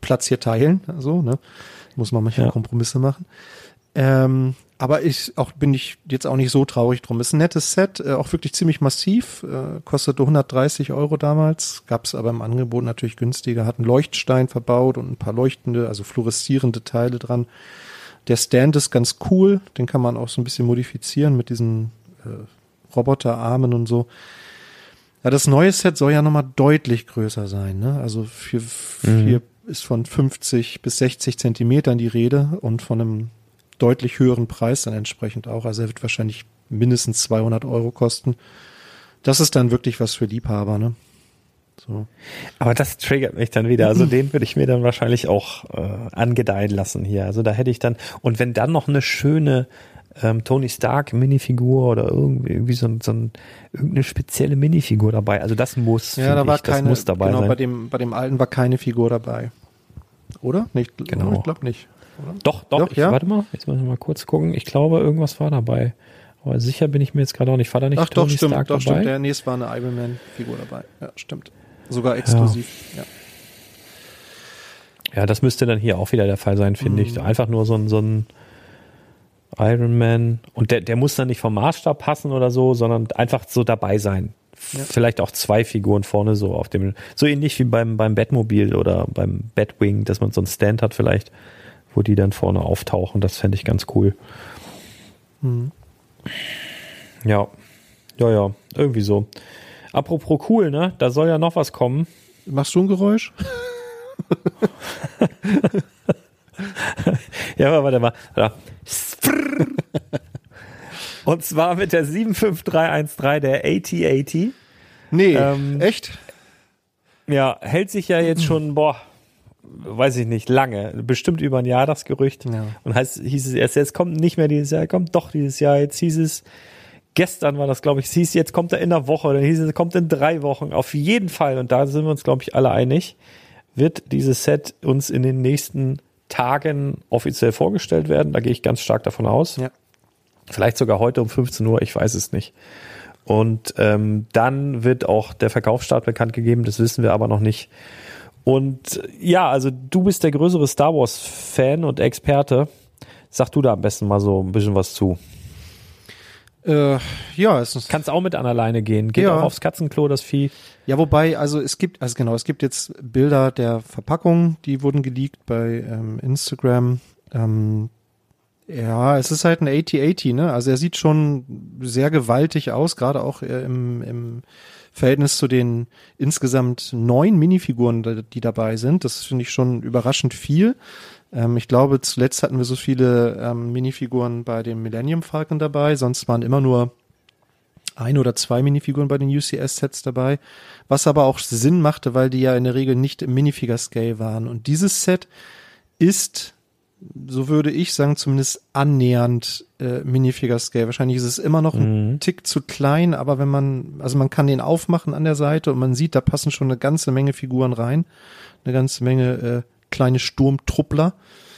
Platz hier teilen, so, ne? Muss man manchmal Kompromisse machen. Aber bin ich jetzt auch nicht so traurig drum. Ist ein nettes Set, auch wirklich ziemlich massiv, kostete 130 € damals, gab es aber im Angebot natürlich günstiger, hat einen Leuchtstein verbaut und ein paar leuchtende, also fluoreszierende Teile dran. Der Stand ist ganz cool, den kann man auch so ein bisschen modifizieren mit diesen Roboterarmen und so. Ja, das neue Set soll ja nochmal deutlich größer sein, ne? Also hier ist von 50 bis 60 Zentimetern die Rede und von einem deutlich höheren Preis dann entsprechend auch. Also er wird wahrscheinlich mindestens 200 € kosten. Das ist dann wirklich was für Liebhaber, ne? So. Aber das triggert mich dann wieder. Also den würde ich mir dann wahrscheinlich auch angedeihen lassen hier. Also da hätte ich dann, und wenn dann noch eine schöne Tony Stark Minifigur oder irgendwie so irgendeine spezielle Minifigur dabei. Also das muss, das muss dabei sein. Bei dem alten war keine Figur dabei. Oder? Nicht, genau. Ich glaube nicht. Oder? Doch, warte mal, jetzt muss ich mal kurz gucken. Ich glaube, irgendwas war dabei. Aber sicher bin ich mir jetzt gerade auch nicht. War da nicht Tony Stark dabei? Stimmt. Es war eine Iron Man Figur dabei. Ja, stimmt. Sogar exklusiv. Ja, das müsste dann hier auch wieder der Fall sein, finde ich. Einfach nur so ein Iron Man. Und der muss dann nicht vom Maßstab passen oder so, sondern einfach so dabei sein. Ja. Vielleicht auch 2 Figuren vorne so auf dem, so ähnlich wie beim Batmobil oder beim Batwing, dass man so einen Stand hat vielleicht, wo die dann vorne auftauchen. Das fände ich ganz cool. Ja, irgendwie so. Apropos cool, ne? Da soll ja noch was kommen. Machst du ein Geräusch? Ja, warte mal. Und zwar mit der 75313, der AT-80. Nee, echt? Ja, hält sich ja jetzt schon, weiß ich nicht, lange. Bestimmt über ein Jahr das Gerücht. Ja. Und hieß es erst, jetzt kommt nicht mehr dieses Jahr, kommt doch dieses Jahr. Jetzt hieß es, gestern war das, glaube ich, es hieß, jetzt kommt er in einer Woche. Dann hieß es, kommt in 3 Wochen. Auf jeden Fall, und da sind wir uns, glaube ich, alle einig, wird dieses Set uns in den nächsten Tagen offiziell vorgestellt werden. Da gehe ich ganz stark davon aus. Ja. Vielleicht sogar heute um 15 Uhr, ich weiß es nicht. Und dann wird auch der Verkaufsstart bekannt gegeben, das wissen wir aber noch nicht. Und ja, also du bist der größere Star Wars Fan und Experte. Sag du da am besten mal so ein bisschen was zu. Kannst auch mit an alleine gehen. Geht auch aufs Katzenklo, das Vieh. Ja, wobei, es gibt jetzt Bilder der Verpackung, die wurden geleakt bei Instagram. Es ist halt ein AT-80, ne? Also er sieht schon sehr gewaltig aus, gerade auch im Verhältnis zu den insgesamt 9 Minifiguren, die dabei sind. Das finde ich schon überraschend viel. Ich glaube, zuletzt hatten wir so viele Minifiguren bei dem Millennium Falcon dabei, sonst waren immer nur 1 oder 2 Minifiguren bei den UCS-Sets dabei, was aber auch Sinn machte, weil die ja in der Regel nicht im Minifigure-Scale waren. Und dieses Set ist, so würde ich sagen, zumindest annähernd Minifigure-Scale. Wahrscheinlich ist es immer noch ein Tick zu klein, aber man kann den aufmachen an der Seite und man sieht, da passen schon eine ganze Menge Figuren rein, eine ganze Menge kleine Sturmtruppler.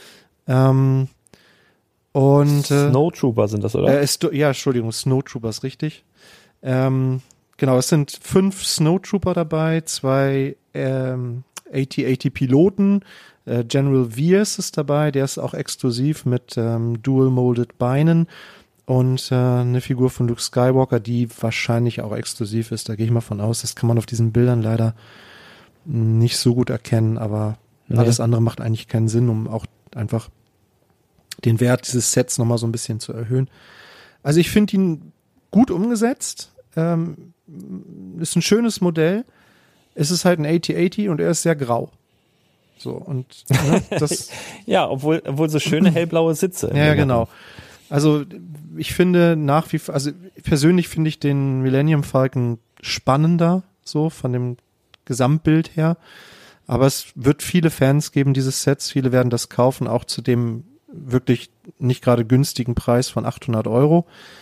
Snowtrooper sind das, oder? Snowtroopers, richtig. Genau, es sind 5 Snowtrooper dabei, 2 AT-80 Piloten, General Veers ist dabei, der ist auch exklusiv mit Dual-Molded Beinen und eine Figur von Luke Skywalker, die wahrscheinlich auch exklusiv ist, da gehe ich mal von aus, das kann man auf diesen Bildern leider nicht so gut erkennen, aber alles andere macht eigentlich keinen Sinn, um auch einfach den Wert dieses Sets nochmal so ein bisschen zu erhöhen. Also ich finde ihn gut umgesetzt, ist ein schönes Modell, es ist halt ein AT-80 und er ist sehr grau. So, und das ja, obwohl so schöne hellblaue Sitze. Ja, genau. Also ich finde persönlich finde ich den Millennium Falcon spannender, so von dem Gesamtbild her. Aber es wird viele Fans geben dieses Sets, viele werden das kaufen, auch zu dem wirklich nicht gerade günstigen Preis von 800 €.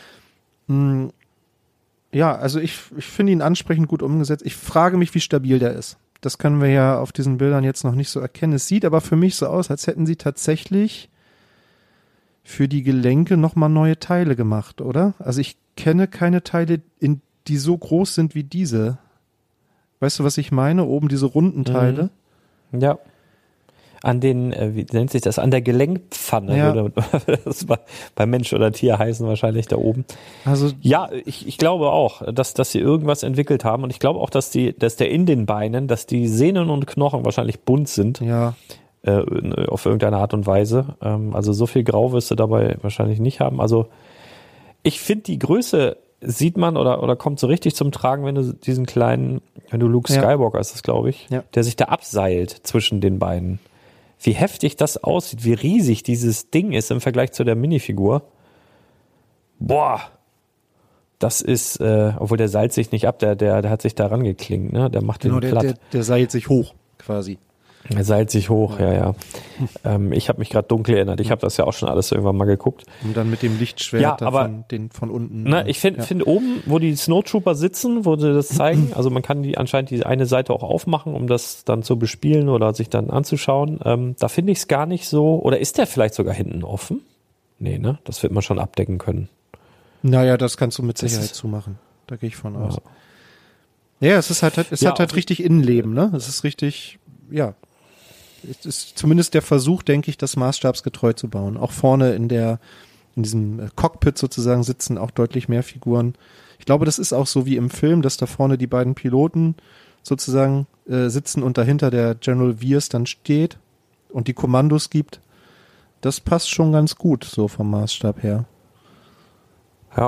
Ja, also ich finde ihn ansprechend gut umgesetzt. Ich frage mich, wie stabil der ist. Das können wir ja auf diesen Bildern jetzt noch nicht so erkennen. Es sieht aber für mich so aus, als hätten sie tatsächlich für die Gelenke nochmal neue Teile gemacht, oder? Also ich kenne keine Teile, die so groß sind wie diese. Weißt du, was ich meine? Oben diese runden Teile. Ja. an den, wie nennt sich das, an der Gelenkpfanne, Ja. würde das bei Mensch oder Tier heißen wahrscheinlich da oben. Also Ja, ich glaube auch, dass sie irgendwas entwickelt haben und ich glaube auch, dass der in den Beinen, dass die Sehnen und Knochen wahrscheinlich bunt sind, ja, auf irgendeine Art und Weise. Also so viel Grau wirst du dabei wahrscheinlich nicht haben. Also ich finde, die Größe sieht man oder kommt so richtig zum Tragen, wenn du Luke Skywalker ist das, glaube ich, der sich da abseilt zwischen den beiden. Wie heftig das aussieht, wie riesig dieses Ding ist im Vergleich zu der Minifigur. Boah, das ist, obwohl der seilt sich nicht ab, der hat sich da rangeklingt, ne? Der macht den platt. der seilt sich hoch quasi. Er seilt sich hoch, ja. Ich habe mich gerade dunkel erinnert. Ich habe das ja auch schon alles irgendwann mal geguckt. Und dann mit dem Lichtschwert aber von unten. Na, ich finde oben, wo die Snowtrooper sitzen, wo sie das zeigen, also man kann anscheinend die eine Seite auch aufmachen, um das dann zu bespielen oder sich dann anzuschauen. Da finde ich es gar nicht so, oder ist der vielleicht sogar hinten offen? Nee, ne? Das wird man schon abdecken können. Naja, das kannst du mit Sicherheit zumachen. Da gehe ich von aus. Ja, es hat halt richtig Innenleben, ne? Es ist richtig, ja. Es ist zumindest der Versuch, denke ich, das maßstabsgetreu zu bauen. Auch vorne in diesem Cockpit sozusagen sitzen auch deutlich mehr Figuren. Ich glaube, das ist auch so wie im Film, dass da vorne die beiden Piloten sozusagen sitzen und dahinter der General Veers dann steht und die Kommandos gibt. Das passt schon ganz gut, so vom Maßstab her. Ja.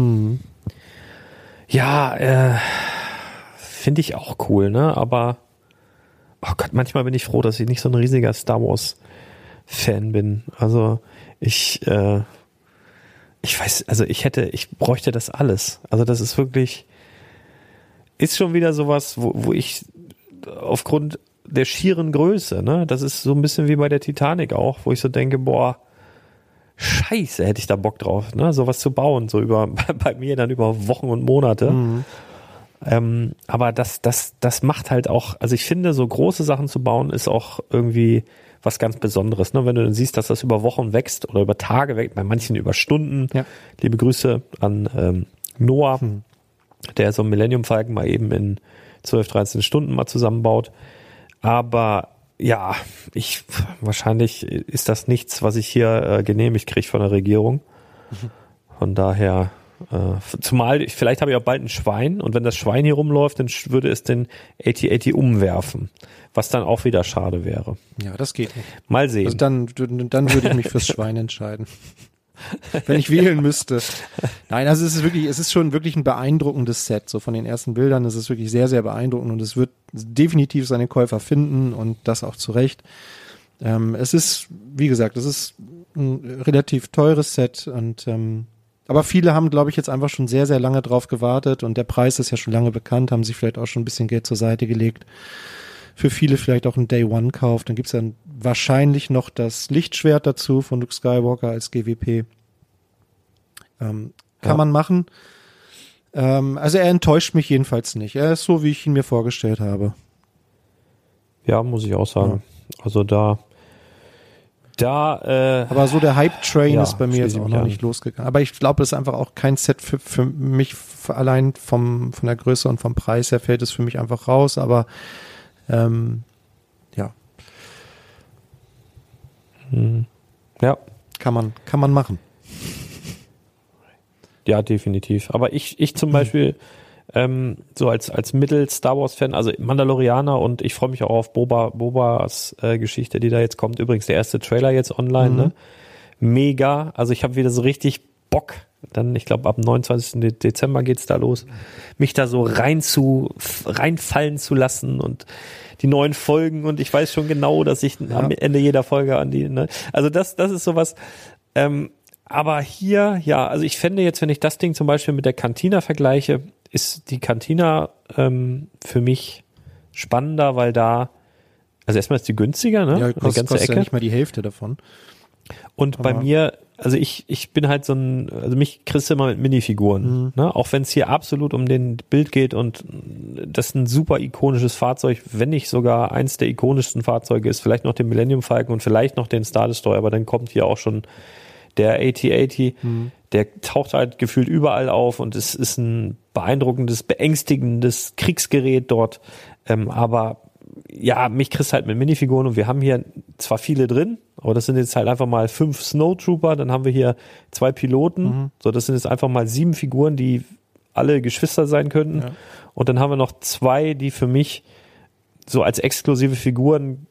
Ja, finde ich auch cool, ne? Aber oh Gott, manchmal bin ich froh, dass ich nicht so ein riesiger Star Wars Fan bin. Also ich weiß, also ich bräuchte das alles. Also das ist wirklich, ist schon wieder sowas, wo ich aufgrund der schieren Größe, ne, das ist so ein bisschen wie bei der Titanic auch, wo ich so denke, boah, scheiße, hätte ich da Bock drauf, ne, sowas zu bauen, so bei mir dann über Wochen und Monate. Aber das macht halt auch, also ich finde, so große Sachen zu bauen ist auch irgendwie was ganz Besonderes, ne? Wenn du dann siehst, dass das über Wochen wächst oder über Tage wächst, bei manchen über Stunden. Ja. Liebe Grüße an Noah, der so einen Millennium Falcon mal eben in 12, 13 Stunden mal zusammenbaut. Aber ja, wahrscheinlich ist das nichts, was ich hier genehmigt kriege von der Regierung. Von daher, zumal, vielleicht habe ich auch bald ein Schwein und wenn das Schwein hier rumläuft, dann würde es den AT-AT umwerfen, was dann auch wieder schade wäre. Ja, das geht nicht. Mal sehen. Also dann würde ich mich fürs Schwein entscheiden. Wenn ich wählen müsste. Nein, also es ist schon wirklich ein beeindruckendes Set. So von den ersten Bildern ist es wirklich sehr, sehr beeindruckend und es wird definitiv seine Käufer finden und das auch zu Recht. Es ist, wie gesagt, es ist ein relativ teures Set und aber viele haben, glaube ich, jetzt einfach schon sehr, sehr lange drauf gewartet und der Preis ist ja schon lange bekannt, haben sich vielleicht auch schon ein bisschen Geld zur Seite gelegt. Für viele vielleicht auch ein Day-One-Kauf. Dann gibt's dann wahrscheinlich noch das Lichtschwert dazu von Luke Skywalker als GWP. Kann man machen. Also er enttäuscht mich jedenfalls nicht. Er ist so, wie ich ihn mir vorgestellt habe. Ja, muss ich auch sagen. Ja. Also aber so der Hype-Train ist bei mir jetzt auch noch nicht losgegangen. Aber ich glaube, das ist einfach auch kein Set für mich, allein von der Größe und vom Preis her fällt es für mich einfach raus. Aber ja. Ja. Kann man machen. Ja, definitiv. Aber ich zum Beispiel, so als Mittel-Star Wars-Fan, also Mandalorianer und ich freue mich auch auf Bobas Geschichte, die da jetzt kommt. Übrigens der erste Trailer jetzt online, ne? Mega. Also ich habe wieder so richtig Bock. Dann, ich glaube, ab dem 29. Dezember geht's da los, mich da so reinfallen zu lassen und die neuen Folgen und ich weiß schon genau, dass ich am Ende jeder Folge also das ist sowas, aber hier, ja, also ich fände jetzt, wenn ich das Ding zum Beispiel mit der Cantina vergleiche, ist die Cantina für mich spannender, weil da, also erstmal ist die günstiger, ne? Ja, kostet ja nicht mal die Hälfte davon. Und bei mir, also ich bin halt also mich kriegst du immer mit Minifiguren, ne? Auch wenn es hier absolut um den Bild geht und das ist ein super ikonisches Fahrzeug, wenn nicht sogar eins der ikonischsten Fahrzeuge ist, vielleicht noch den Millennium Falcon und vielleicht noch den Star Destroyer, aber dann kommt hier auch schon der AT-AT, der taucht halt gefühlt überall auf und es ist ein beeindruckendes, beängstigendes Kriegsgerät dort, aber ja, mich kriegst halt mit Minifiguren und wir haben hier zwar viele drin, aber das sind jetzt halt einfach mal 5 Snowtrooper, dann haben wir hier 2 Piloten, so das sind jetzt einfach mal 7 Figuren, die alle Geschwister sein könnten und dann haben wir noch 2, die für mich so als exklusive Figuren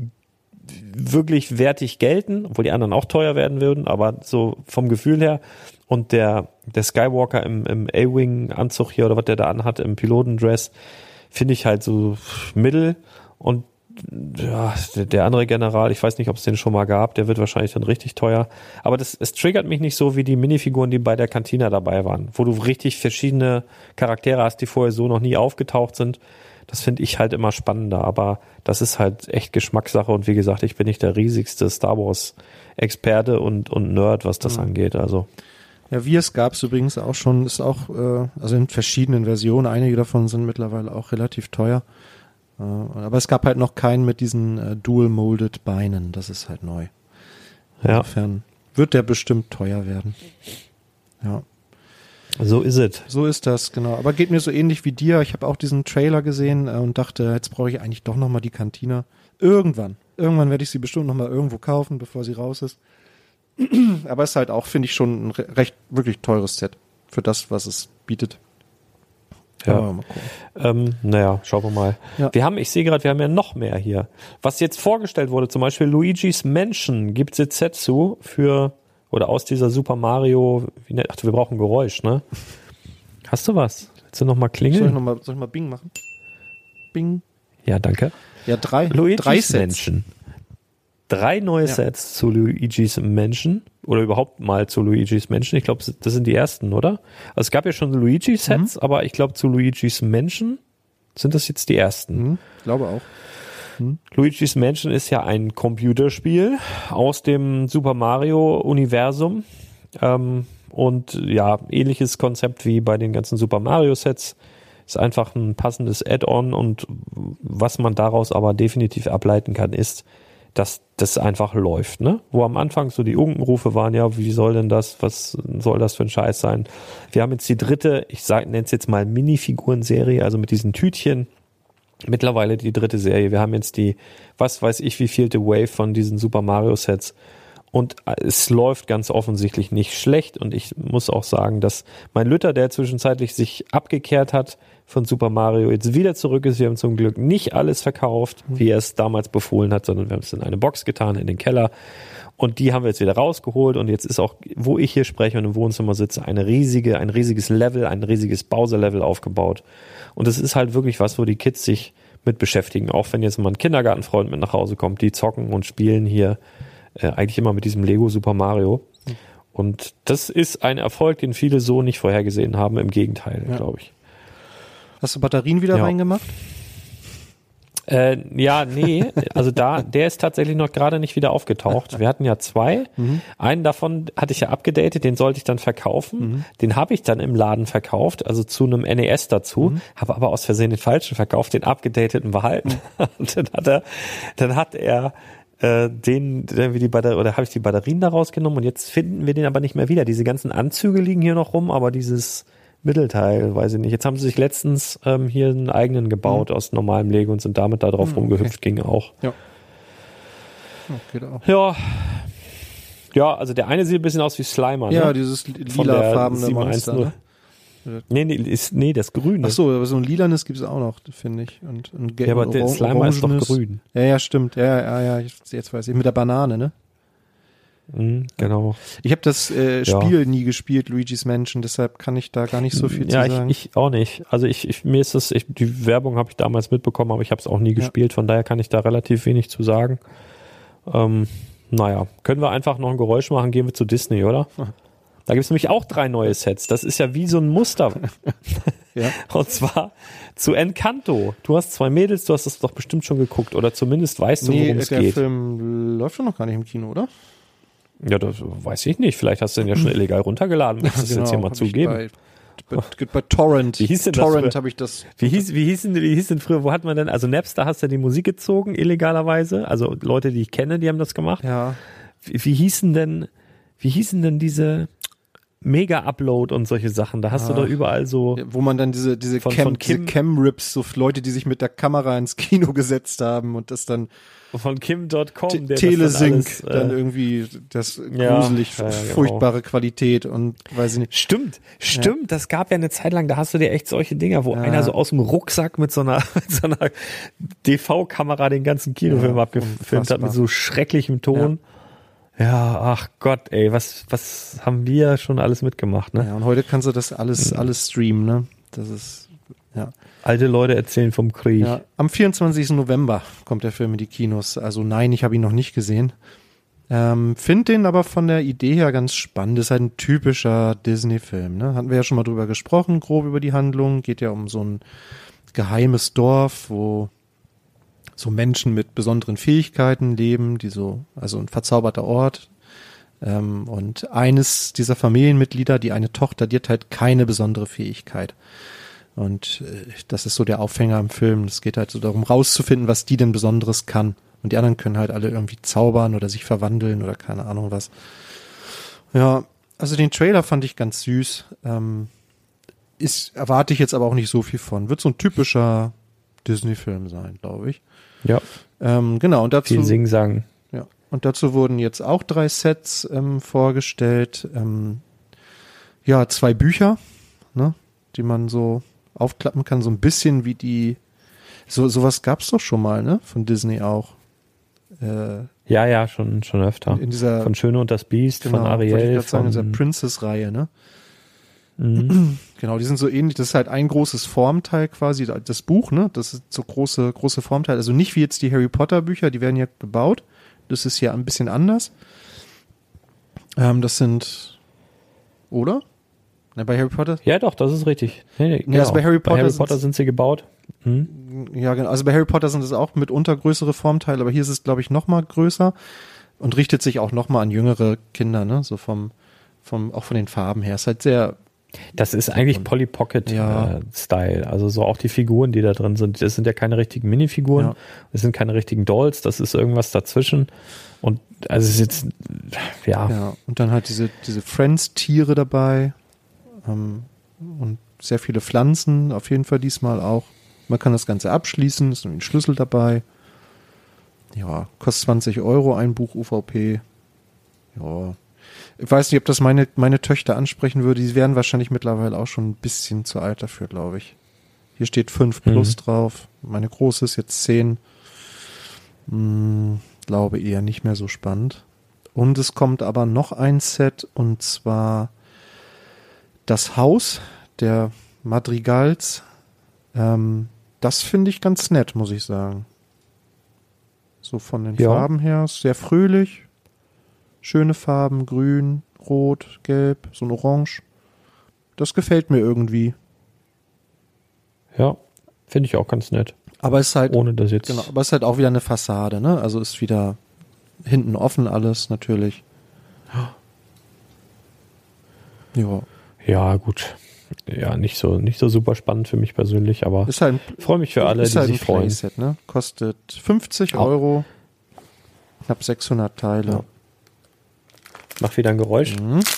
wirklich wertig gelten, obwohl die anderen auch teuer werden würden, aber so vom Gefühl her und der Skywalker im A-Wing-Anzug hier oder was der da anhat im Pilotendress, finde ich halt so mittel und ja, der andere General, ich weiß nicht, ob es den schon mal gab, der wird wahrscheinlich dann richtig teuer, aber es triggert mich nicht so wie die Minifiguren, die bei der Cantina dabei waren, wo du richtig verschiedene Charaktere hast, die vorher so noch nie aufgetaucht sind. Das finde ich halt immer spannender, aber das ist halt echt Geschmackssache und wie gesagt, ich bin nicht der riesigste Star Wars Experte und Nerd, was das angeht, also. Ja, es gab es übrigens auch schon, ist auch, also in verschiedenen Versionen, einige davon sind mittlerweile auch relativ teuer, aber es gab halt noch keinen mit diesen Dual-Molded Beinen, das ist halt neu. Insofern wird der bestimmt teuer werden. Ja. So ist es. So ist das, genau. Aber geht mir so ähnlich wie dir. Ich habe auch diesen Trailer gesehen und dachte, jetzt brauche ich eigentlich doch nochmal die Cantina. Irgendwann werde ich sie bestimmt nochmal irgendwo kaufen, bevor sie raus ist. Aber es ist halt auch, finde ich, schon ein recht, wirklich teures Set für das, was es bietet. Ja, naja, schauen wir mal. Ja. Ich sehe gerade, wir haben ja noch mehr hier. Was jetzt vorgestellt wurde, zum Beispiel Luigi's Mansion, gibt es jetzt Setsu für... Oder aus dieser Super Mario, wir brauchen Geräusch, ne? Hast du was? Willst du noch mal klingeln? Soll ich mal Bing machen? Bing. Ja, danke. Ja, 3 Luigi's Mansion. 3 neue Sets zu Luigi's Mansion. Oder überhaupt mal zu Luigi's Mansion. Ich glaube, das sind die ersten, oder? Also es gab ja schon Luigi-Sets, aber ich glaube, zu Luigi's Mansion sind das jetzt die ersten. Ich glaube auch. Luigi's Mansion ist ja ein Computerspiel aus dem Super Mario Universum und ja, ähnliches Konzept wie bei den ganzen Super Mario Sets, ist einfach ein passendes Add-on und was man daraus aber definitiv ableiten kann, ist, dass das einfach läuft, ne? Wo am Anfang so die Unkenrufe waren, ja, wie soll denn das, was soll das für ein Scheiß sein? Wir haben jetzt die dritte, nenne es jetzt mal Minifiguren-Serie, also mit diesen Tütchen. Mittlerweile die 3. Serie. Wir haben jetzt die, was weiß ich, wievielte Wave von diesen Super Mario Sets. Und es läuft ganz offensichtlich nicht schlecht. Und ich muss auch sagen, dass mein Lütter, der zwischenzeitlich sich abgekehrt hat von Super Mario, jetzt wieder zurück ist. Wir haben zum Glück nicht alles verkauft, wie er es damals befohlen hat, sondern wir haben es in eine Box getan, in den Keller. Und die haben wir jetzt wieder rausgeholt. Und jetzt ist auch, wo ich hier spreche und im Wohnzimmer sitze, ein riesiges Level, ein riesiges Bowser-Level aufgebaut. Und es ist halt wirklich was, wo die Kids sich mit beschäftigen. Auch wenn jetzt mal ein Kindergartenfreund mit nach Hause kommt, die zocken und spielen hier eigentlich immer mit diesem Lego Super Mario. Und das ist ein Erfolg, den viele so nicht vorhergesehen haben. Im Gegenteil, glaube ich. Hast du Batterien wieder reingemacht? Ja, nee, also der ist tatsächlich noch gerade nicht wieder aufgetaucht. Wir hatten ja 2. Einen davon hatte ich ja abgedatet, den sollte ich dann verkaufen. Den habe ich dann im Laden verkauft, also zu einem NES dazu, habe aber aus Versehen den falschen verkauft, den abgedateten behalten. Und dann hat er habe ich die Batterien da rausgenommen und jetzt finden wir den aber nicht mehr wieder. Diese ganzen Anzüge liegen hier noch rum, aber dieses Mittelteil, weiß ich nicht. Jetzt haben sie sich letztens hier einen eigenen gebaut aus normalem Lego und sind damit da drauf rumgehüpft, ging auch. Ja. Geht auch. Ja, also der eine sieht ein bisschen aus wie Slimer. Ja, ne? dieses lilafarbene Monster. Ne? Nee, das Grüne. Ach so, aber so ein lilanes gibt's auch noch, finde ich. Und ja, aber der Slimer ist doch grün. Ja, stimmt. Ja, jetzt weiß ich. Mit der Banane, ne? Genau. Ich habe das Spiel nie gespielt, Luigi's Mansion, deshalb kann ich da gar nicht so viel zu sagen. Ich auch nicht. Also mir ist das, die Werbung habe ich damals mitbekommen, aber ich habe es auch nie gespielt, von daher kann ich da relativ wenig zu sagen. Naja, können wir einfach noch ein Geräusch machen, gehen wir zu Disney, oder? Da gibt es nämlich auch 3 neue Sets. Das ist ja wie so ein Muster. Ja. Und zwar zu Encanto. Du hast 2 Mädels, du hast das doch bestimmt schon geguckt oder zumindest weißt du, worum es geht. Der Film läuft schon noch gar nicht im Kino, oder? Ja, das weiß ich nicht. Vielleicht hast du den ja schon illegal runtergeladen. Musst du es jetzt hier mal zugeben. Bei Torrent. Wie hieß denn Torrent habe ich das. Wie hieß denn früher, wo hat man denn, also Napster hast du die Musik gezogen, illegalerweise. Also Leute, die ich kenne, die haben das gemacht. Ja. Wie hießen denn diese Mega-Upload und solche Sachen. Da hast du doch überall so. Ja, wo man dann diese Cam-Rips, so Leute, die sich mit der Kamera ins Kino gesetzt haben und das dann von Kim.com, der Telesync dann irgendwie das gruselig furchtbare Qualität und weiß ich nicht. Stimmt. Das gab ja eine Zeit lang, da hast du dir echt solche Dinger, wo einer so aus dem Rucksack mit so einer DV-Kamera den ganzen Kinofilm abgefilmt hat mit so schrecklichem Ton. Ja, ach Gott, ey, was haben wir schon alles mitgemacht, ne? Ja, und heute kannst du das alles streamen, ne? Das ist, Alte Leute erzählen vom Krieg. Ja, am 24. November kommt der Film in die Kinos. Also nein, ich habe ihn noch nicht gesehen. Find den aber von der Idee her ganz spannend. Ist halt ein typischer Disney-Film, ne? Hatten wir ja schon mal drüber gesprochen, grob über die Handlung. Geht ja um so ein geheimes Dorf, wo so Menschen mit besonderen Fähigkeiten leben, also ein verzauberter Ort. Und eines dieser Familienmitglieder, die eine Tochter, die hat halt keine besondere Fähigkeit. Und das ist so der Aufhänger im Film. Es geht halt so darum, rauszufinden, was die denn Besonderes kann. Und die anderen können halt alle irgendwie zaubern oder sich verwandeln oder keine Ahnung was. Ja, also den Trailer fand ich ganz süß. Erwarte ich jetzt aber auch nicht so viel von. Wird so ein typischer Disney-Film sein, glaube ich. Ja. Genau. Und dazu viel Sing-Sang. Ja. Und dazu wurden jetzt auch 3 Sets vorgestellt. 2 Bücher, ne, die man so aufklappen kann, so ein bisschen wie sowas gab's doch schon mal, ne, von Disney auch. Ja, schon öfter. In dieser, von Schöne und das Biest, von Ariel. In dieser Princess-Reihe, ne? Mhm. Genau, die sind so ähnlich. Das ist halt ein großes Formteil quasi, das Buch, ne? Das ist so große Formteil. Also nicht wie jetzt die Harry Potter Bücher, die werden ja gebaut. Das ist ja ein bisschen anders. Das sind, oder? Ne, bei Harry Potter? Ja, doch, das ist richtig. Nee, genau. Also bei Harry Potter sind sie gebaut. Ja, genau. Also bei Harry Potter sind es auch mitunter größere Formteile, aber hier ist es, glaube ich, noch mal größer und richtet sich auch noch mal an jüngere Kinder, ne? So auch von den Farben her. Ist halt sehr. Das ist eigentlich Polly Pocket Style. Also so auch die Figuren, die da drin sind. Das sind ja keine richtigen Minifiguren. Das sind keine richtigen Dolls. Das ist irgendwas dazwischen. Und also es ist jetzt, Ja, und dann halt diese Friends-Tiere dabei. Und sehr viele Pflanzen, auf jeden Fall diesmal auch. Man kann das Ganze abschließen, ist ein Schlüssel dabei. Ja, kostet 20 € ein Buch UVP. Ja. Ich weiß nicht, ob das meine Töchter ansprechen würde. Die wären wahrscheinlich mittlerweile auch schon ein bisschen zu alt dafür, glaube ich. Hier steht 5+ drauf. Meine Große ist jetzt 10. Glaube eher nicht mehr so spannend. Und es kommt aber noch ein Set, und zwar das Haus der Madrigals. Das finde ich ganz nett, muss ich sagen. So von den Farben her, sehr fröhlich. Schöne Farben, grün, rot, gelb, so ein Orange. Das gefällt mir irgendwie. Ja, finde ich auch ganz nett. Aber es ist halt, ohne das jetzt. Genau, aber es ist halt auch wieder eine Fassade, ne? Also ist wieder hinten offen alles, natürlich. Ja. Ja, gut. Ja, nicht so super spannend für mich persönlich, aber ist halt freue mich für alle, die halt sich freuen. Playset, ne? Kostet 50 €, knapp 600 Teile. Ja. Mach wieder ein Geräusch.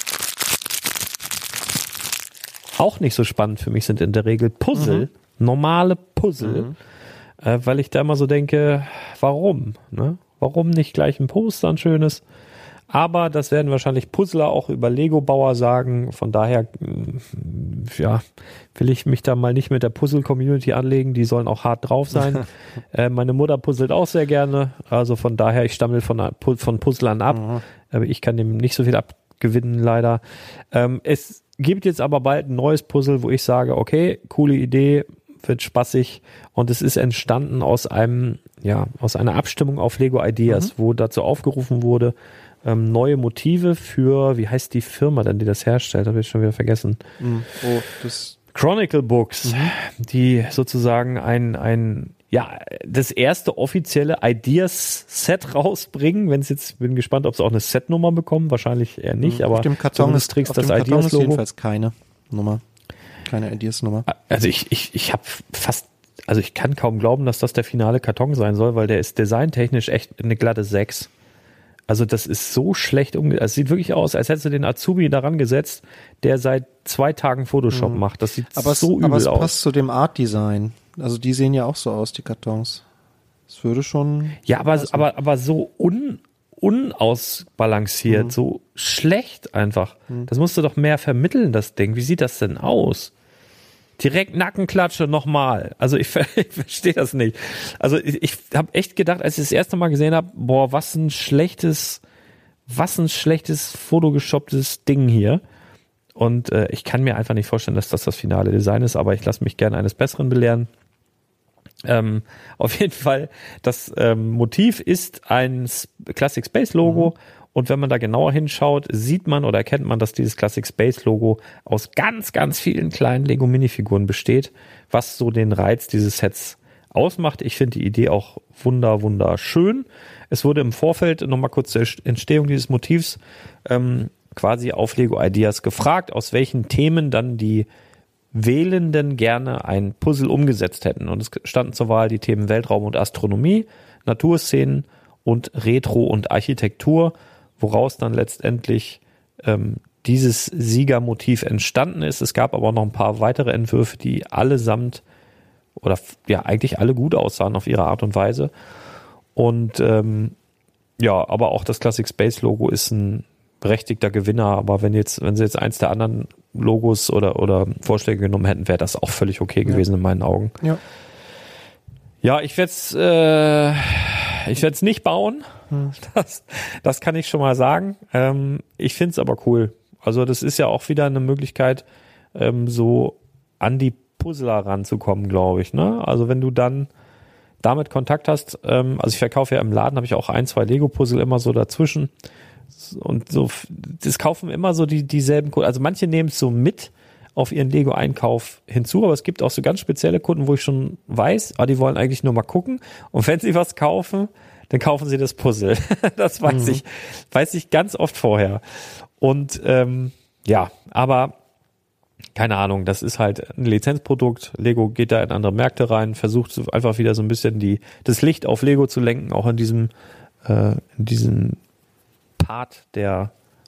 Auch nicht so spannend für mich sind in der Regel Puzzle, normale Puzzle, weil ich da immer so denke, warum? Ne? Warum nicht gleich ein Poster, ein schönes? Aber das werden wahrscheinlich Puzzler auch über Lego-Bauer sagen. Von daher, will ich mich da mal nicht mit der Puzzle-Community anlegen. Die sollen auch hart drauf sein. Meine Mutter puzzelt auch sehr gerne. Also von daher, ich stammel von Puzzlern ab. Aber ich kann dem nicht so viel abgewinnen, leider. Es gibt jetzt aber bald ein neues Puzzle, wo ich sage, okay, coole Idee, wird spaßig. Und es ist entstanden aus einer Abstimmung auf Lego Ideas, wo dazu aufgerufen wurde, neue Motive für, wie heißt die Firma denn, die das herstellt? Habe ich schon wieder vergessen. Chronicle Books, die sozusagen das erste offizielle Ideas-Set rausbringen. Bin gespannt, ob sie auch eine Set-Nummer bekommen. Wahrscheinlich eher nicht, aber auf dem Karton ist Ideas-Logo. Jedenfalls keine Nummer. Keine Ideas-Nummer. Also ich habe ich kann kaum glauben, dass das der finale Karton sein soll, weil der ist designtechnisch echt eine glatte 6. Also das ist so schlecht umgesetzt. Es sieht wirklich aus, als hättest du den Azubi daran gesetzt, der seit 2 Tagen Photoshop macht. Das sieht so übel aus. Aber es passt zu dem Art-Design. Also die sehen ja auch so aus, die Kartons. Das würde schon... Ja, aber so unausbalanciert, so schlecht einfach. Das musst du doch mehr vermitteln, das Ding. Wie sieht das denn aus? Direkt Nackenklatsche nochmal. Also ich verstehe das nicht. Also ich habe echt gedacht, als ich das erste Mal gesehen habe, boah, was ein schlechtes photoshopptes Ding hier. Und ich kann mir einfach nicht vorstellen, dass das finale Design ist, aber ich lasse mich gerne eines Besseren belehren. Auf jeden Fall, das Motiv ist ein Classic Space Logo. Und wenn man da genauer hinschaut, sieht man oder erkennt man, dass dieses Classic Space Logo aus ganz, ganz vielen kleinen Lego Minifiguren besteht, was so den Reiz dieses Sets ausmacht. Ich finde die Idee auch wunderschön. Es wurde im Vorfeld nochmal kurz zur Entstehung dieses Motivs quasi auf Lego Ideas gefragt, aus welchen Themen dann die Wählenden gerne ein Puzzle umgesetzt hätten. Und es standen zur Wahl die Themen Weltraum und Astronomie, Naturszenen und Retro und Architektur, woraus dann letztendlich dieses Siegermotiv entstanden ist. Es gab aber noch ein paar weitere Entwürfe, die allesamt oder ja eigentlich alle gut aussahen auf ihre Art und Weise. Und aber auch das Classic Space Logo ist ein berechtigter Gewinner. Aber wenn sie jetzt eins der anderen Logos oder Vorschläge genommen hätten, wäre das auch völlig okay gewesen in meinen Augen. Ja, ich werde es nicht bauen. Das kann ich schon mal sagen. Ich finde es aber cool. Also das ist ja auch wieder eine Möglichkeit, so an die Puzzler ranzukommen, glaube ich. Ne? Also wenn du dann damit Kontakt hast, also ich verkaufe ja im Laden, habe ich auch 1, 2 Lego-Puzzle immer so dazwischen. Und so, das kaufen immer so dieselben Kunden. Also manche nehmen es so mit auf ihren Lego-Einkauf hinzu, aber es gibt auch so ganz spezielle Kunden, wo ich schon weiß, die wollen eigentlich nur mal gucken. Und wenn sie was kaufen, dann kaufen sie das Puzzle. Das weiß ich ganz oft vorher. Und aber keine Ahnung, das ist halt ein Lizenzprodukt. Lego geht da in andere Märkte rein, versucht einfach wieder so ein bisschen das Licht auf Lego zu lenken, auch in diesem Part der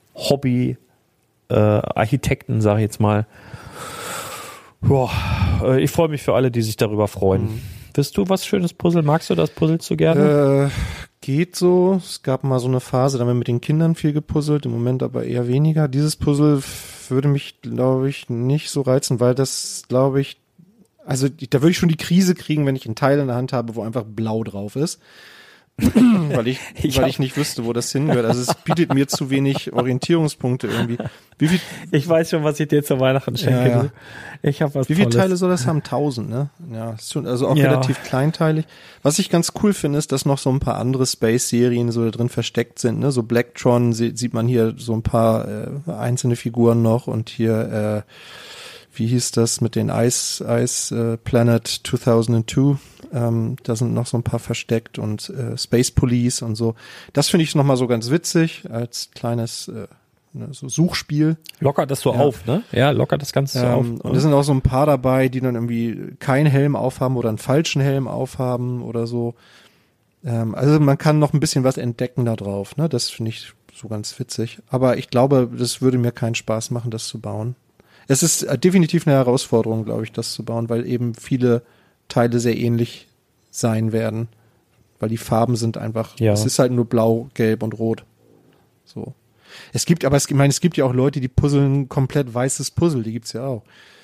Hobby-Architekten, sage ich jetzt mal. Boah, ich freue mich für alle, die sich darüber freuen. Bist du was schönes Puzzle? Magst du das Puzzle so gerne? Geht so. Es gab mal so eine Phase, da haben wir mit den Kindern viel gepuzzelt, im Moment aber eher weniger. Dieses Puzzle würde mich, glaube ich, nicht so reizen, weil das, glaube ich, also da würde ich schon die Krise kriegen, wenn ich einen Teil in der Hand habe, wo einfach blau drauf ist. weil ich nicht wüsste, wo das hingehört. Also es bietet mir zu wenig Orientierungspunkte irgendwie. Ich weiß schon, was ich dir zu Weihnachten schenke. Ja. Ich habe was Wie viele Tolles. Teile soll das haben? 1000, ne? Ja, ist schon, also auch relativ kleinteilig. Was ich ganz cool finde, ist, dass noch so ein paar andere Space-Serien so da drin versteckt sind, ne? So Blacktron sieht man hier so ein paar einzelne Figuren noch und hier wie hieß das mit den Ice Planet 2002? Da sind noch so ein paar versteckt und Space Police und so. Das finde ich nochmal so ganz witzig als kleines so Suchspiel. Lockert das so auf, ne? Ja, lockert das Ganze so auf. Und es sind auch so ein paar dabei, die dann irgendwie keinen Helm aufhaben oder einen falschen Helm aufhaben oder so. Also man kann noch ein bisschen was entdecken da drauf, ne? Das finde ich so ganz witzig. Aber ich glaube, das würde mir keinen Spaß machen, das zu bauen. Es ist definitiv eine Herausforderung, glaube ich, das zu bauen, weil eben viele Teile sehr ähnlich sein werden, weil die Farben sind einfach, es ist halt nur blau, gelb und rot. So. Es gibt ja auch Leute, die puzzeln komplett weißes Puzzle, die gibt's ja auch.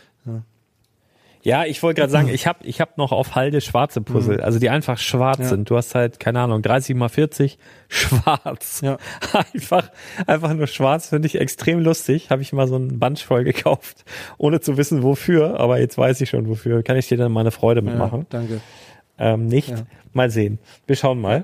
Ja, ich wollte gerade sagen, ich hab noch auf Halde schwarze Puzzle, also die einfach schwarz sind. Du hast halt, keine Ahnung, 30x40 schwarz. Ja. Einfach nur schwarz, finde ich extrem lustig. Habe ich mal so einen Bunch voll gekauft, ohne zu wissen wofür, aber jetzt weiß ich schon wofür. Kann ich dir dann meine Freude mitmachen? Ja, danke. Mal sehen. Wir schauen mal.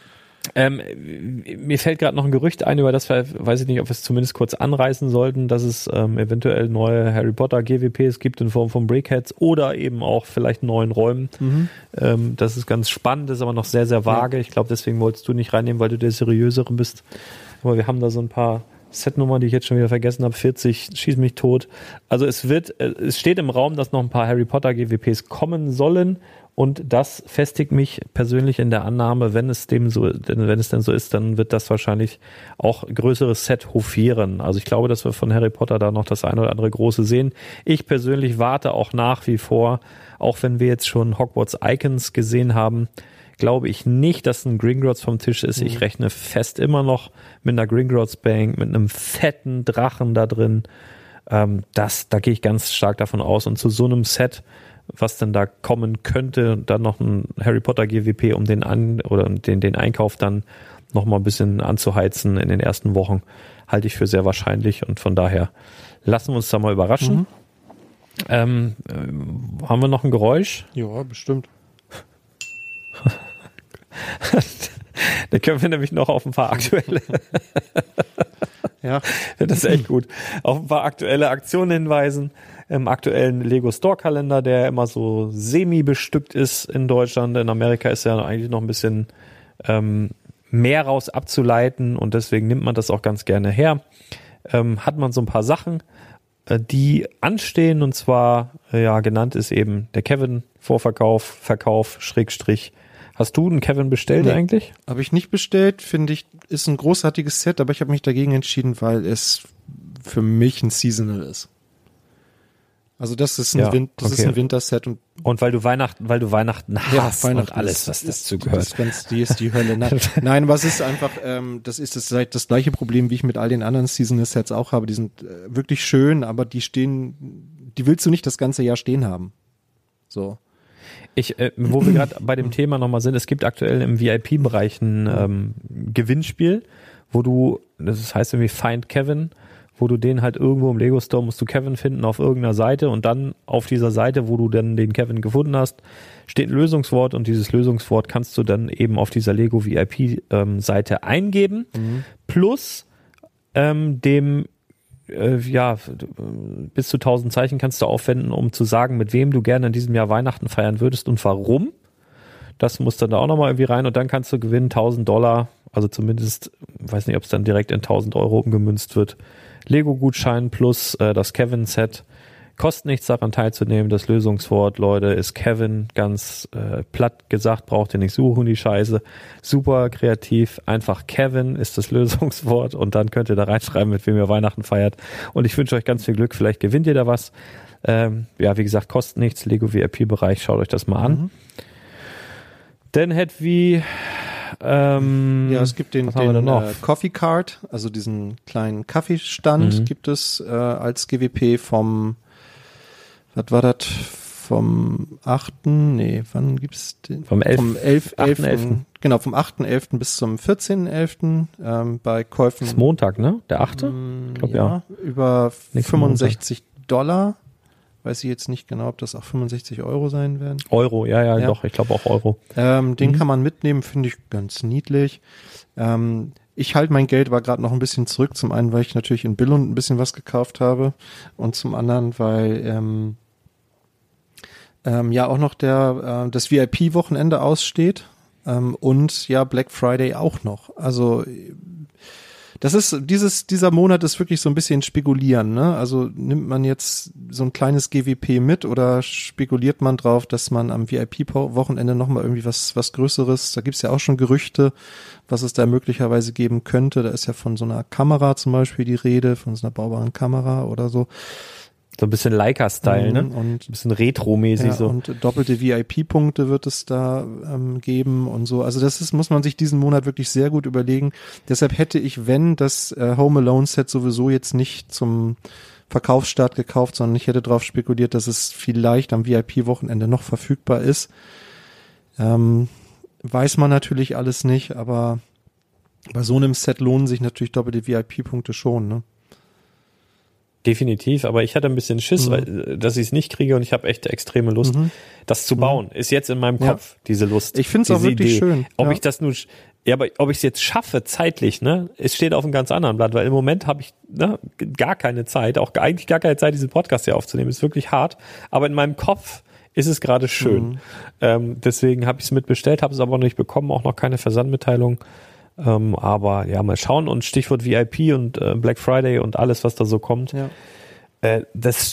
Mir fällt gerade noch ein Gerücht ein, über das weiß ich nicht, ob wir es zumindest kurz anreißen sollten, dass es eventuell neue Harry Potter GWPs gibt in Form von Brickheads oder eben auch vielleicht neuen Räumen. Das ist ganz spannend, ist aber noch sehr, sehr vage. Ich glaube, deswegen wolltest du nicht reinnehmen, weil du der Seriösere bist. Aber wir haben da so ein paar Setnummern, die ich jetzt schon wieder vergessen habe. 40, schieß mich tot. Also es steht im Raum, dass noch ein paar Harry Potter GWPs kommen sollen. Und das festigt mich persönlich in der Annahme, wenn es denn so ist, dann wird das wahrscheinlich auch größeres Set hofieren. Also ich glaube, dass wir von Harry Potter da noch das eine oder andere große sehen. Ich persönlich warte auch nach wie vor, auch wenn wir jetzt schon Hogwarts Icons gesehen haben, glaube ich nicht, dass ein Gringotts vom Tisch ist. Ich rechne fest immer noch mit einer Gringotts Bank, mit einem fetten Drachen da drin. Da gehe ich ganz stark davon aus. Und zu so einem Set, was denn da kommen könnte, dann noch ein Harry Potter GWP, um den Einkauf dann noch mal ein bisschen anzuheizen in den ersten Wochen, halte ich für sehr wahrscheinlich. Und von daher lassen wir uns da mal überraschen. Haben wir noch ein Geräusch? Ja, bestimmt. Da können wir nämlich noch auf ein paar aktuelle Ja. Das ist echt gut. Auf ein paar aktuelle Aktionen hinweisen. Im aktuellen Lego Store Kalender, der immer so semi-bestückt ist in Deutschland. In Amerika ist ja eigentlich noch ein bisschen mehr raus abzuleiten und deswegen nimmt man das auch ganz gerne her. Hat man so ein paar Sachen, die anstehen, und zwar, genannt ist eben der Kevin Vorverkauf, Verkauf, Schrägstrich. Hast du einen Kevin bestellt eigentlich? Habe ich nicht bestellt, finde ich, ist ein großartiges Set, aber ich habe mich dagegen entschieden, weil es für mich ein Seasonal ist. Also das ist ein ist ein Winterset und weil du Weihnachten hast und alles, was dazu gehört. Die ist die Hölle. Nein, aber es ist einfach, das ist das gleiche Problem, wie ich mit all den anderen Seasonal-Sets auch habe. Die sind wirklich schön, aber die willst du nicht das ganze Jahr stehen haben. So. Wo wir gerade bei dem Thema nochmal sind, es gibt aktuell im VIP-Bereich ein Gewinnspiel, das heißt irgendwie Find Kevin, wo du den halt irgendwo im Lego Store musst du Kevin finden auf irgendeiner Seite und dann auf dieser Seite, wo du dann den Kevin gefunden hast, steht ein Lösungswort und dieses Lösungswort kannst du dann eben auf dieser Lego VIP Seite eingeben, plus bis zu 1000 Zeichen kannst du aufwenden, um zu sagen, mit wem du gerne in diesem Jahr Weihnachten feiern würdest und warum. Das muss dann da auch nochmal irgendwie rein und dann kannst du gewinnen $1.000, also zumindest, weiß nicht, ob es dann direkt in 1.000 Euro umgemünzt wird. Lego-Gutschein plus das Kevin-Set. Kostet nichts daran teilzunehmen. Das Lösungswort, Leute, ist Kevin. Ganz platt gesagt, braucht ihr nicht suchen, die Scheiße. Super kreativ. Einfach Kevin ist das Lösungswort und dann könnt ihr da reinschreiben, mit wem ihr Weihnachten feiert. Und ich wünsche euch ganz viel Glück. Vielleicht gewinnt ihr da was. Wie gesagt, kostet nichts. Lego VIP-Bereich, schaut euch das mal an. Dann hätten wir es gibt den Coffee Cart, also diesen kleinen Kaffeestand gibt es als GWP vom 8. Wann gibt's den? Vom 11.11. Genau, vom 8.11. bis zum 14.11. Bei Käufen. Das ist Montag, ne? Der 8.? Ich glaube, ja. Über $65. Weiß ich jetzt nicht genau, ob das auch 65 Euro sein werden. Euro, ja. Doch, ich glaube auch Euro. Den kann man mitnehmen, finde ich ganz niedlich. Ich halte mein Geld aber gerade noch ein bisschen zurück. Zum einen, weil ich natürlich in Billund ein bisschen was gekauft habe und zum anderen, weil auch noch das VIP-Wochenende aussteht und Black Friday auch noch. Also das ist dieser Monat ist wirklich so ein bisschen spekulieren, ne? Also nimmt man jetzt so ein kleines GWP mit oder spekuliert man drauf, dass man am VIP-Wochenende nochmal irgendwie was Größeres, da gibt's ja auch schon Gerüchte, was es da möglicherweise geben könnte. Da ist ja von so einer Kamera zum Beispiel die Rede, von so einer baubaren Kamera oder so. So ein bisschen Leica-Style, ne? Und ein bisschen Retro-mäßig so. Und doppelte VIP-Punkte wird es da geben und so. Also muss man sich diesen Monat wirklich sehr gut überlegen. Deshalb hätte ich, wenn das Home Alone-Set sowieso jetzt nicht zum Verkaufsstart gekauft, sondern ich hätte darauf spekuliert, dass es vielleicht am VIP-Wochenende noch verfügbar ist. Weiß man natürlich alles nicht, aber bei so einem Set lohnen sich natürlich doppelte VIP-Punkte schon, ne? Definitiv, aber ich hatte ein bisschen Schiss, dass ich es nicht kriege und ich habe echt extreme Lust, das zu bauen. Ist jetzt in meinem Kopf, diese Lust. Ich finde es auch wirklich schön. Ob ich das nun, aber ob ich es jetzt schaffe, zeitlich, ne? Es steht auf einem ganz anderen Blatt, weil im Moment habe ich gar keine Zeit, eigentlich gar keine Zeit, diesen Podcast hier aufzunehmen. Ist wirklich hart, aber in meinem Kopf ist es gerade schön. Deswegen habe ich es mitbestellt, habe es aber noch nicht bekommen, auch noch keine Versandmitteilung. Aber ja, mal schauen und Stichwort VIP und Black Friday und alles, was da so kommt. Ja. Das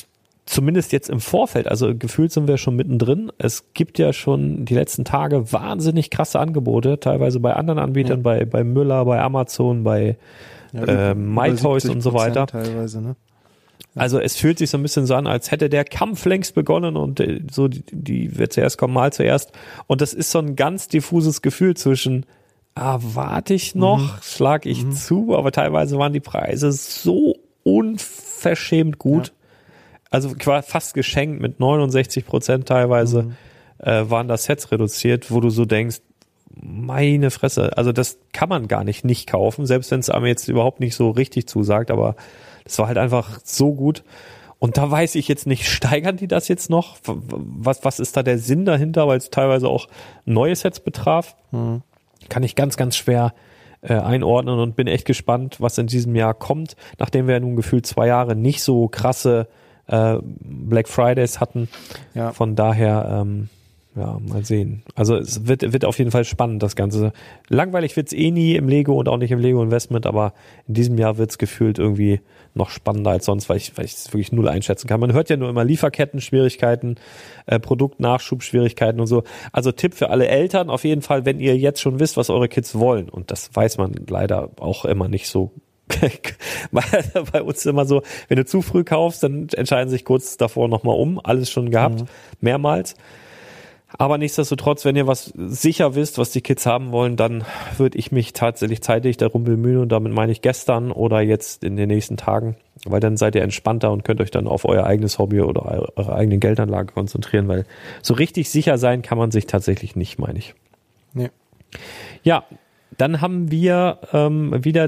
zumindest jetzt im Vorfeld, also gefühlt sind wir schon mittendrin. Es gibt ja schon die letzten Tage wahnsinnig krasse Angebote, teilweise bei anderen Anbietern, bei Müller, bei Amazon, bei MyToys und so weiter. Teilweise, ne? Also es fühlt sich so ein bisschen so an, als hätte der Kampf längst begonnen und so die wird zuerst kommen, mal zuerst. Und das ist so ein ganz diffuses Gefühl zwischen, warte ich noch, schlag ich zu, aber teilweise waren die Preise so unverschämt gut. Ja. Also fast geschenkt mit 69% teilweise waren da Sets reduziert, wo du so denkst, meine Fresse, also das kann man gar nicht kaufen, selbst wenn es einem jetzt überhaupt nicht so richtig zusagt, aber das war halt einfach so gut. Und da weiß ich jetzt nicht, steigern die das jetzt noch? Was ist da der Sinn dahinter, weil es teilweise auch neue Sets betraf? Kann ich ganz, ganz schwer einordnen und bin echt gespannt, was in diesem Jahr kommt, nachdem wir ja nun gefühlt 2 Jahre nicht so krasse Black Fridays hatten. Ja. Von daher, mal sehen. Also es wird auf jeden Fall spannend, das Ganze. Langweilig wird's nie im Lego und auch nicht im Lego Investment, aber in diesem Jahr wird's gefühlt irgendwie noch spannender als sonst, weil ich es wirklich null einschätzen kann. Man hört ja nur immer Lieferketten-Schwierigkeiten, Produktnachschubschwierigkeiten und so. Also Tipp für alle Eltern auf jeden Fall, wenn ihr jetzt schon wisst, was eure Kids wollen. Und das weiß man leider auch immer nicht so. Bei uns ist immer so, wenn du zu früh kaufst, dann entscheiden sich kurz davor nochmal um. Alles schon gehabt, mehrmals. Aber nichtsdestotrotz, wenn ihr was sicher wisst, was die Kids haben wollen, dann würde ich mich tatsächlich zeitig darum bemühen, und damit meine ich gestern oder jetzt in den nächsten Tagen, weil dann seid ihr entspannter und könnt euch dann auf euer eigenes Hobby oder eure eigene Geldanlage konzentrieren, weil so richtig sicher sein kann man sich tatsächlich nicht, meine ich. Nee. Ja, dann haben wir wieder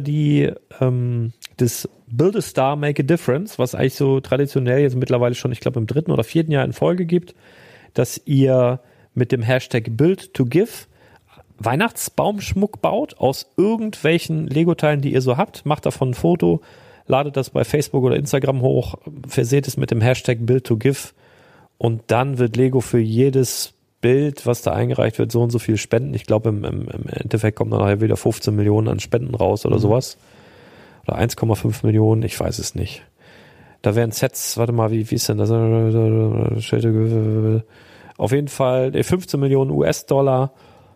das Build a Star, Make a Difference, was eigentlich so traditionell jetzt mittlerweile schon, ich glaube im 3. oder 4. Jahr in Folge gibt, dass ihr mit dem Hashtag Build2Give Weihnachtsbaumschmuck baut aus irgendwelchen Lego-Teilen, die ihr so habt. Macht davon ein Foto, ladet das bei Facebook oder Instagram hoch, verseht es mit dem Hashtag Build2Give und dann wird Lego für jedes Bild, was da eingereicht wird, so und so viel spenden. Ich glaube, im Endeffekt kommt dann nachher wieder 15 Millionen an Spenden raus oder sowas. Oder 1,5 Millionen, ich weiß es nicht. Da wären Sets, warte mal, wie ist denn das? Auf jeden Fall 15 Millionen US-Dollar.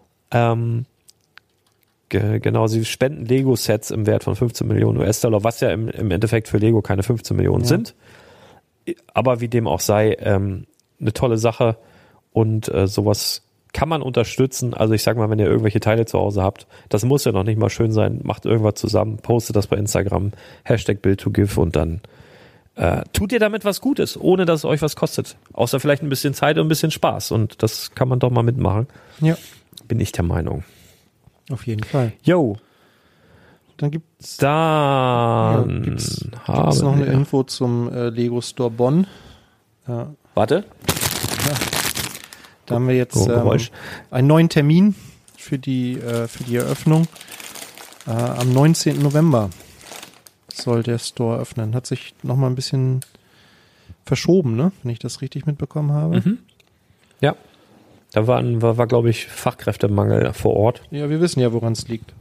Genau, sie spenden Lego-Sets im Wert von 15 Millionen US-Dollar, was ja im Endeffekt für Lego keine 15 Millionen sind. Aber wie dem auch sei, eine tolle Sache und sowas kann man unterstützen. Also ich sag mal, wenn ihr irgendwelche Teile zu Hause habt, das muss ja noch nicht mal schön sein, macht irgendwas zusammen, postet das bei Instagram, Hashtag Build2Give und dann tut ihr damit was Gutes, ohne dass es euch was kostet. Außer vielleicht ein bisschen Zeit und ein bisschen Spaß. Und das kann man doch mal mitmachen. Ja. Bin ich der Meinung. Auf jeden Fall. Jo. Dann gibt's noch eine Info zum Lego Store Bonn. Ja. Warte. Ja. Da haben wir jetzt einen neuen Termin für die Eröffnung. Am 19. November soll der Store öffnen. Hat sich noch mal ein bisschen verschoben, ne? Wenn ich das richtig mitbekommen habe. Ja. Da war glaube ich, Fachkräftemangel vor Ort. Ja, wir wissen ja, woran es liegt.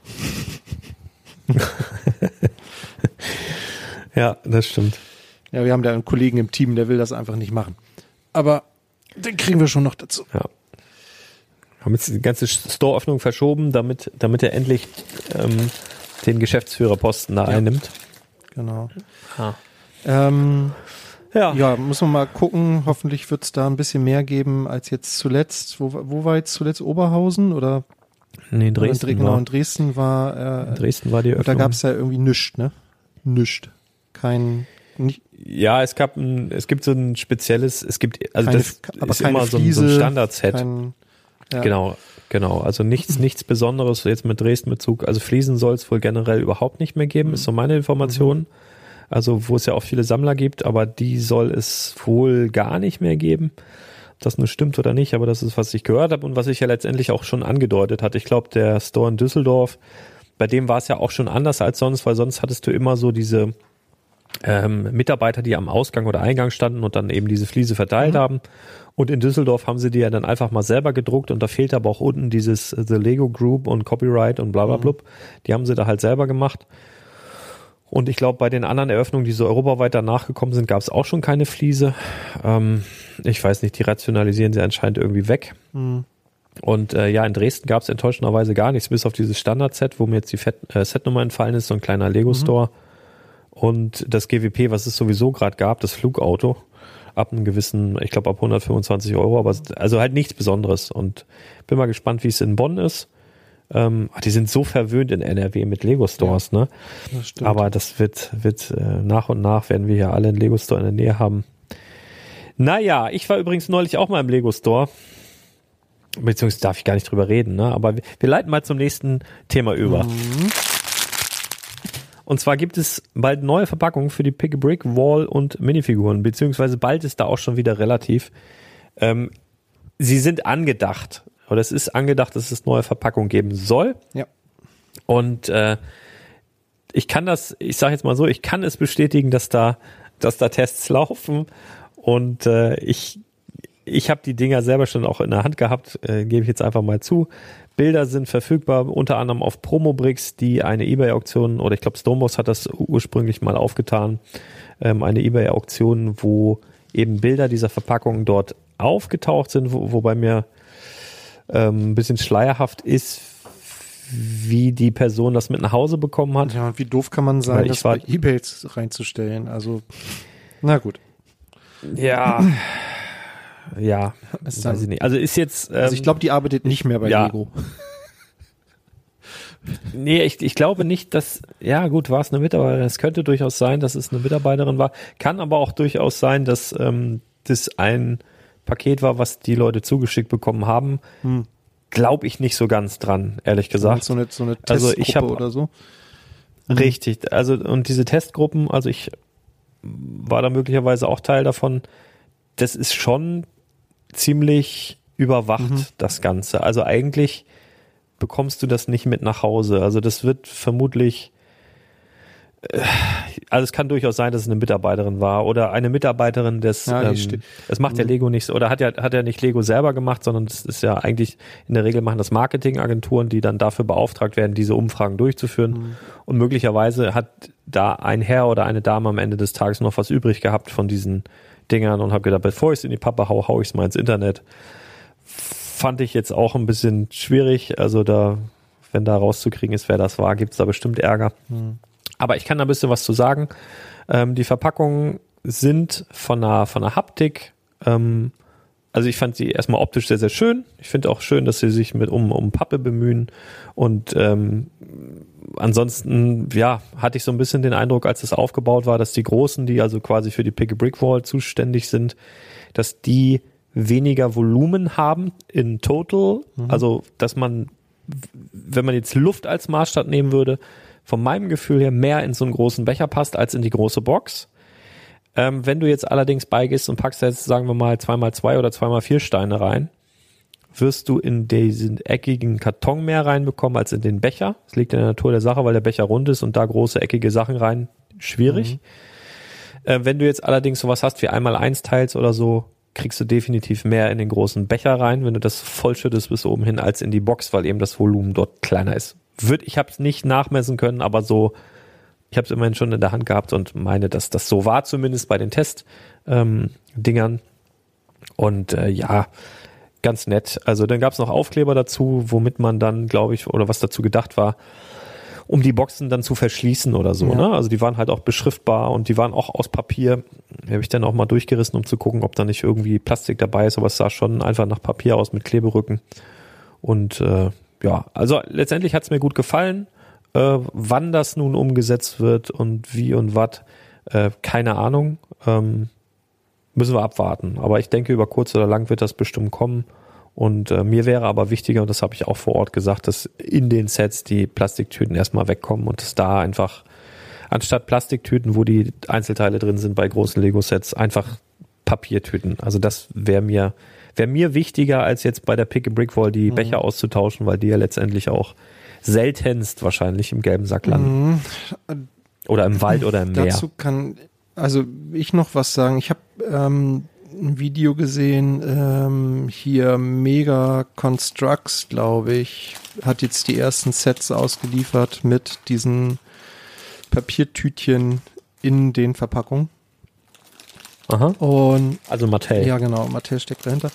Ja, das stimmt. Ja, wir haben da einen Kollegen im Team, der will das einfach nicht machen. Aber den kriegen wir schon noch dazu. Ja. Haben jetzt die ganze Store-Öffnung verschoben, damit er endlich den Geschäftsführerposten da einnimmt. Genau. Ja. Ja, muss man mal gucken. Hoffentlich wird es da ein bisschen mehr geben als jetzt zuletzt. Wo war jetzt zuletzt Oberhausen oder? Nee, in Dresden. In Dresden war die Öffnung. Da gab es ja irgendwie nichts, ne? Nichts. Ja, es gibt so ein spezielles, das ist immer so ein Standard-Set. Ja. Genau. Also nichts Besonderes jetzt mit Dresden-Bezug. Also Fliesen soll es wohl generell überhaupt nicht mehr geben, ist so meine Information. Also wo es ja auch viele Sammler gibt, aber die soll es wohl gar nicht mehr geben. Ob das nur stimmt oder nicht, aber das ist, was ich gehört habe und was ich ja letztendlich auch schon angedeutet hatte. Ich glaube, der Store in Düsseldorf, bei dem war es ja auch schon anders als sonst, weil sonst hattest du immer so diese Mitarbeiter, die am Ausgang oder Eingang standen und dann eben diese Fliese verteilt haben. Und in Düsseldorf haben sie die ja dann einfach mal selber gedruckt und da fehlt aber auch unten dieses The Lego Group und Copyright und bla bla blub. Die haben sie da halt selber gemacht. Und ich glaube, bei den anderen Eröffnungen, die so europaweit danach gekommen sind, gab es auch schon keine Fliese. Ich weiß nicht, die rationalisieren sie anscheinend irgendwie weg. Und in Dresden gab es enttäuschenderweise gar nichts, bis auf dieses Standard-Set, wo mir jetzt die Setnummer entfallen ist, so ein kleiner Lego-Store. Und das GWP, was es sowieso gerade gab, das Flugauto, ab einem gewissen, ich glaube ab 125 €, aber also halt nichts Besonderes. Und bin mal gespannt, wie es in Bonn ist. Die sind so verwöhnt in NRW mit Lego-Stores, ne? Das stimmt. Aber das wird nach und nach werden wir hier alle einen Lego-Store in der Nähe haben. Naja, ich war übrigens neulich auch mal im Lego-Store. Beziehungsweise darf ich gar nicht drüber reden, ne? Aber wir leiten mal zum nächsten Thema über. Und zwar gibt es bald neue Verpackungen für die Pick-a-Brick, Wall und Minifiguren, beziehungsweise bald ist da auch schon wieder relativ. Sie sind angedacht, oder es ist angedacht, dass es neue Verpackungen geben soll. Ja. Und ich kann es bestätigen, dass da Tests laufen. Und ich habe die Dinger selber schon auch in der Hand gehabt, gebe ich jetzt einfach mal zu. Bilder sind verfügbar, unter anderem auf Promobricks, die eine eBay-Auktion, oder ich glaube Stonebox hat das ursprünglich mal aufgetan, eine eBay-Auktion, wo eben Bilder dieser Verpackungen dort aufgetaucht sind, wobei mir ein bisschen schleierhaft ist, wie die Person das mit nach Hause bekommen hat. Ja, wie doof kann man sein, das bei eBay reinzustellen? Also, na gut. Ja, das weiß ich nicht. Also ist jetzt... also ich glaube, die arbeitet nicht mehr bei Lego. Nee, ich glaube nicht, dass... Ja gut, war es eine Mitarbeiterin. Es könnte durchaus sein, dass es eine Mitarbeiterin war. Kann aber auch durchaus sein, dass das ein Paket war, was die Leute zugeschickt bekommen haben. Glaube ich nicht so ganz dran, ehrlich gesagt. So eine Testgruppe oder so? Richtig. Also und diese Testgruppen, also ich war da möglicherweise auch Teil davon. Das ist schon ziemlich überwacht, das Ganze. Also eigentlich bekommst du das nicht mit nach Hause. Also das wird vermutlich, also es kann durchaus sein, dass es eine Mitarbeiterin war oder eine Mitarbeiterin des, das macht ja Lego nicht so, oder hat ja nicht Lego selber gemacht, sondern das ist ja eigentlich, in der Regel machen das Marketingagenturen, die dann dafür beauftragt werden, diese Umfragen durchzuführen. Und möglicherweise hat da ein Herr oder eine Dame am Ende des Tages noch was übrig gehabt von diesen Dingern und habe gedacht, bevor ich es in die Pappe hau ich es mal ins Internet. Fand ich jetzt auch ein bisschen schwierig, also wenn da rauszukriegen ist, wer das war, gibt es da bestimmt Ärger. Aber ich kann da ein bisschen was zu sagen. Die Verpackungen sind von einer Haptik, also ich fand sie erstmal optisch sehr, sehr schön. Ich finde auch schön, dass sie sich um Pappe bemühen. Und ansonsten, hatte ich so ein bisschen den Eindruck, als es aufgebaut war, dass die Großen, die also quasi für die Pick-a-Brick-Wall zuständig sind, dass die weniger Volumen haben in total. Also, dass man, wenn man jetzt Luft als Maßstab nehmen würde, von meinem Gefühl her mehr in so einen großen Becher passt als in die große Box. Wenn du jetzt allerdings beigehst und packst jetzt, sagen wir mal, 2x2 oder 2x4 Steine rein, wirst du in diesen eckigen Karton mehr reinbekommen als in den Becher. Das liegt in der Natur der Sache, weil der Becher rund ist und da große eckige Sachen rein, schwierig. Wenn du jetzt allerdings sowas hast wie 1x1 Teils oder so, kriegst du definitiv mehr in den großen Becher rein, wenn du das vollschüttest bis oben hin, als in die Box, weil eben das Volumen dort kleiner ist. Ich habe es nicht nachmessen können, aber so, ich habe es immerhin schon in der Hand gehabt und meine, dass das so war, zumindest bei den Test-Dingern. Und ganz nett. Also dann gab es noch Aufkleber dazu, womit man dann, glaube ich, oder was dazu gedacht war, um die Boxen dann zu verschließen oder so. Ne? Also die waren halt auch beschriftbar und die waren auch aus Papier. Die habe ich dann auch mal durchgerissen, um zu gucken, ob da nicht irgendwie Plastik dabei ist, aber es sah schon einfach nach Papier aus mit Kleberücken. Und also letztendlich hat es mir gut gefallen. Wann das nun umgesetzt wird und wie und was, keine Ahnung. Müssen wir abwarten. Aber ich denke, über kurz oder lang wird das bestimmt kommen. Und mir wäre aber wichtiger, und das habe ich auch vor Ort gesagt, dass in den Sets die Plastiktüten erstmal wegkommen und dass da einfach anstatt Plastiktüten, wo die Einzelteile drin sind bei großen Lego-Sets, einfach Papiertüten. Also das wäre mir wichtiger, als jetzt bei der Pick-a-Brick-Wall die Becher auszutauschen, weil die ja letztendlich auch seltenst wahrscheinlich im gelben Sack landen. Oder im Wald oder im Meer. Dazu kann also ich noch was sagen. Ich habe ein Video gesehen, hier Mega Constructs, glaube ich, hat jetzt die ersten Sets ausgeliefert mit diesen Papiertütchen in den Verpackungen. Aha. Und also Mattel. Ja, genau, Mattel steckt dahinter.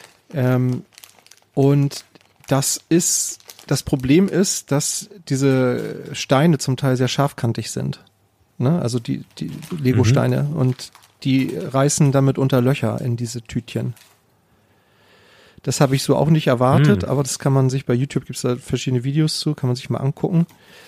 Und das Problem ist, dass diese Steine zum Teil sehr scharfkantig sind. Ne? Also die Lego-Steine. Und die reißen damit unter Löcher in diese Tütchen. Das habe ich so auch nicht erwartet, aber das kann man sich bei YouTube, gibt es da verschiedene Videos zu, kann man sich mal angucken.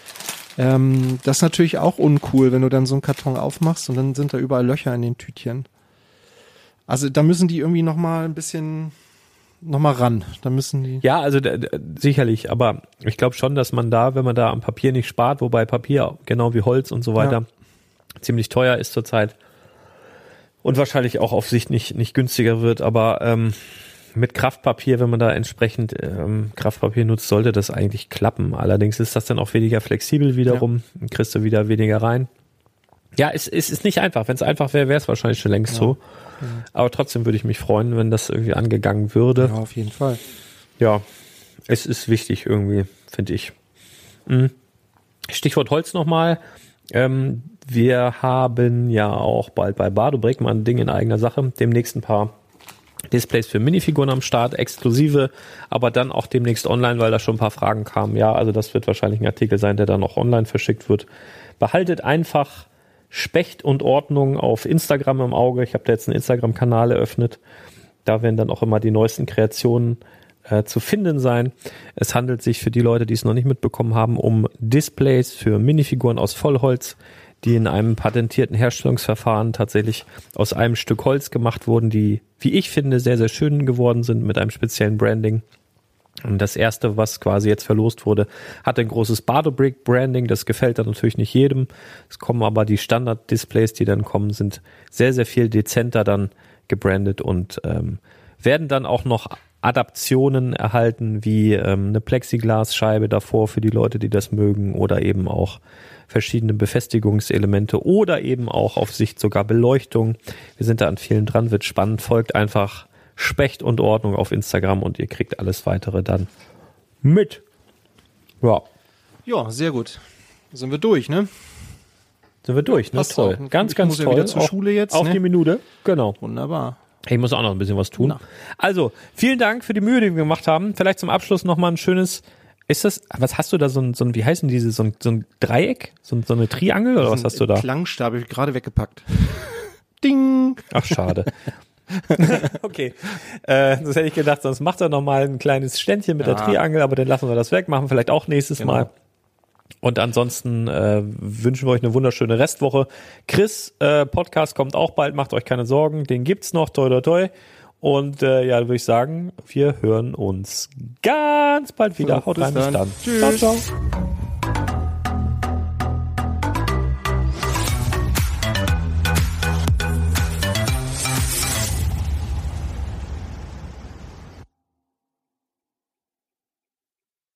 Das ist natürlich auch uncool, wenn du dann so einen Karton aufmachst und dann sind da überall Löcher in den Tütchen. Also da müssen die irgendwie nochmal ein bisschen ran. Da müssen die. Ja, also sicherlich, aber ich glaube schon, dass man da, wenn man da am Papier nicht spart, wobei Papier genau wie Holz und so weiter ziemlich teuer ist zurzeit und wahrscheinlich auch auf Sicht nicht günstiger wird, aber mit Kraftpapier, wenn man da entsprechend Kraftpapier nutzt, sollte das eigentlich klappen. Allerdings ist das dann auch weniger flexibel wiederum, kriegst du wieder weniger rein. Ja, es ist nicht einfach. Wenn es einfach wäre, wäre es wahrscheinlich schon längst so. Ja. Aber trotzdem würde ich mich freuen, wenn das irgendwie angegangen würde. Ja, auf jeden Fall. Ja, es ist wichtig irgendwie, finde ich. Stichwort Holz nochmal. Wir haben ja auch bald bei Bardo Breckmann ein Ding in eigener Sache. Demnächst ein paar Displays für Minifiguren am Start, exklusive, aber dann auch demnächst online, weil da schon ein paar Fragen kamen. Ja, also das wird wahrscheinlich ein Artikel sein, der dann auch online verschickt wird. Behaltet einfach Specht und Ordnung auf Instagram im Auge. Ich habe da jetzt einen Instagram-Kanal eröffnet. Da werden dann auch immer die neuesten Kreationen zu finden sein. Es handelt sich für die Leute, die es noch nicht mitbekommen haben, um Displays für Minifiguren aus Vollholz, die in einem patentierten Herstellungsverfahren tatsächlich aus einem Stück Holz gemacht wurden, die, wie ich finde, sehr, sehr schön geworden sind mit einem speziellen Branding. Und das erste, was quasi jetzt verlost wurde, hat ein großes Bardo-Brick-Branding. Das gefällt dann natürlich nicht jedem. Es kommen aber die Standard-Displays, die dann kommen, sind sehr, sehr viel dezenter dann gebrandet und werden dann auch noch Adaptionen erhalten, wie eine Plexiglasscheibe davor für die Leute, die das mögen, oder eben auch verschiedene Befestigungselemente oder eben auch auf Sicht sogar Beleuchtung. Wir sind da an vielen dran, wird spannend. Folgt einfach Specht und Ordnung auf Instagram und ihr kriegt alles weitere dann mit. Ja. Ja, sehr gut. Sind wir durch, ne? Sind wir durch, ne? Passt Toll. auch. Ganz, Ich ganz muss ja toll. wieder zur Schule jetzt, auf ne? die Minute. Genau. Wunderbar. Ich muss auch noch ein bisschen was tun. Na. Also, vielen Dank für die Mühe, die wir gemacht haben. Vielleicht zum Abschluss nochmal ein schönes, ist das, was hast du da, so ein wie heißen diese, so ein Dreieck? So eine Triangel oder was hast du da? Klangstab, habe ich gerade weggepackt. Ding! Ach, schade. Okay. Das hätte ich gedacht, sonst macht er nochmal ein kleines Ständchen mit der Triangel, aber dann lassen wir das weg, machen vielleicht auch nächstes Mal. Und ansonsten wünschen wir euch eine wunderschöne Restwoche. Chris, Podcast kommt auch bald, macht euch keine Sorgen, den gibt's noch, toi toi toi. Und ja, würde ich sagen, wir hören uns ganz bald wieder. So, Haut rein, bis dann. Tschüss. Ciao, ciao.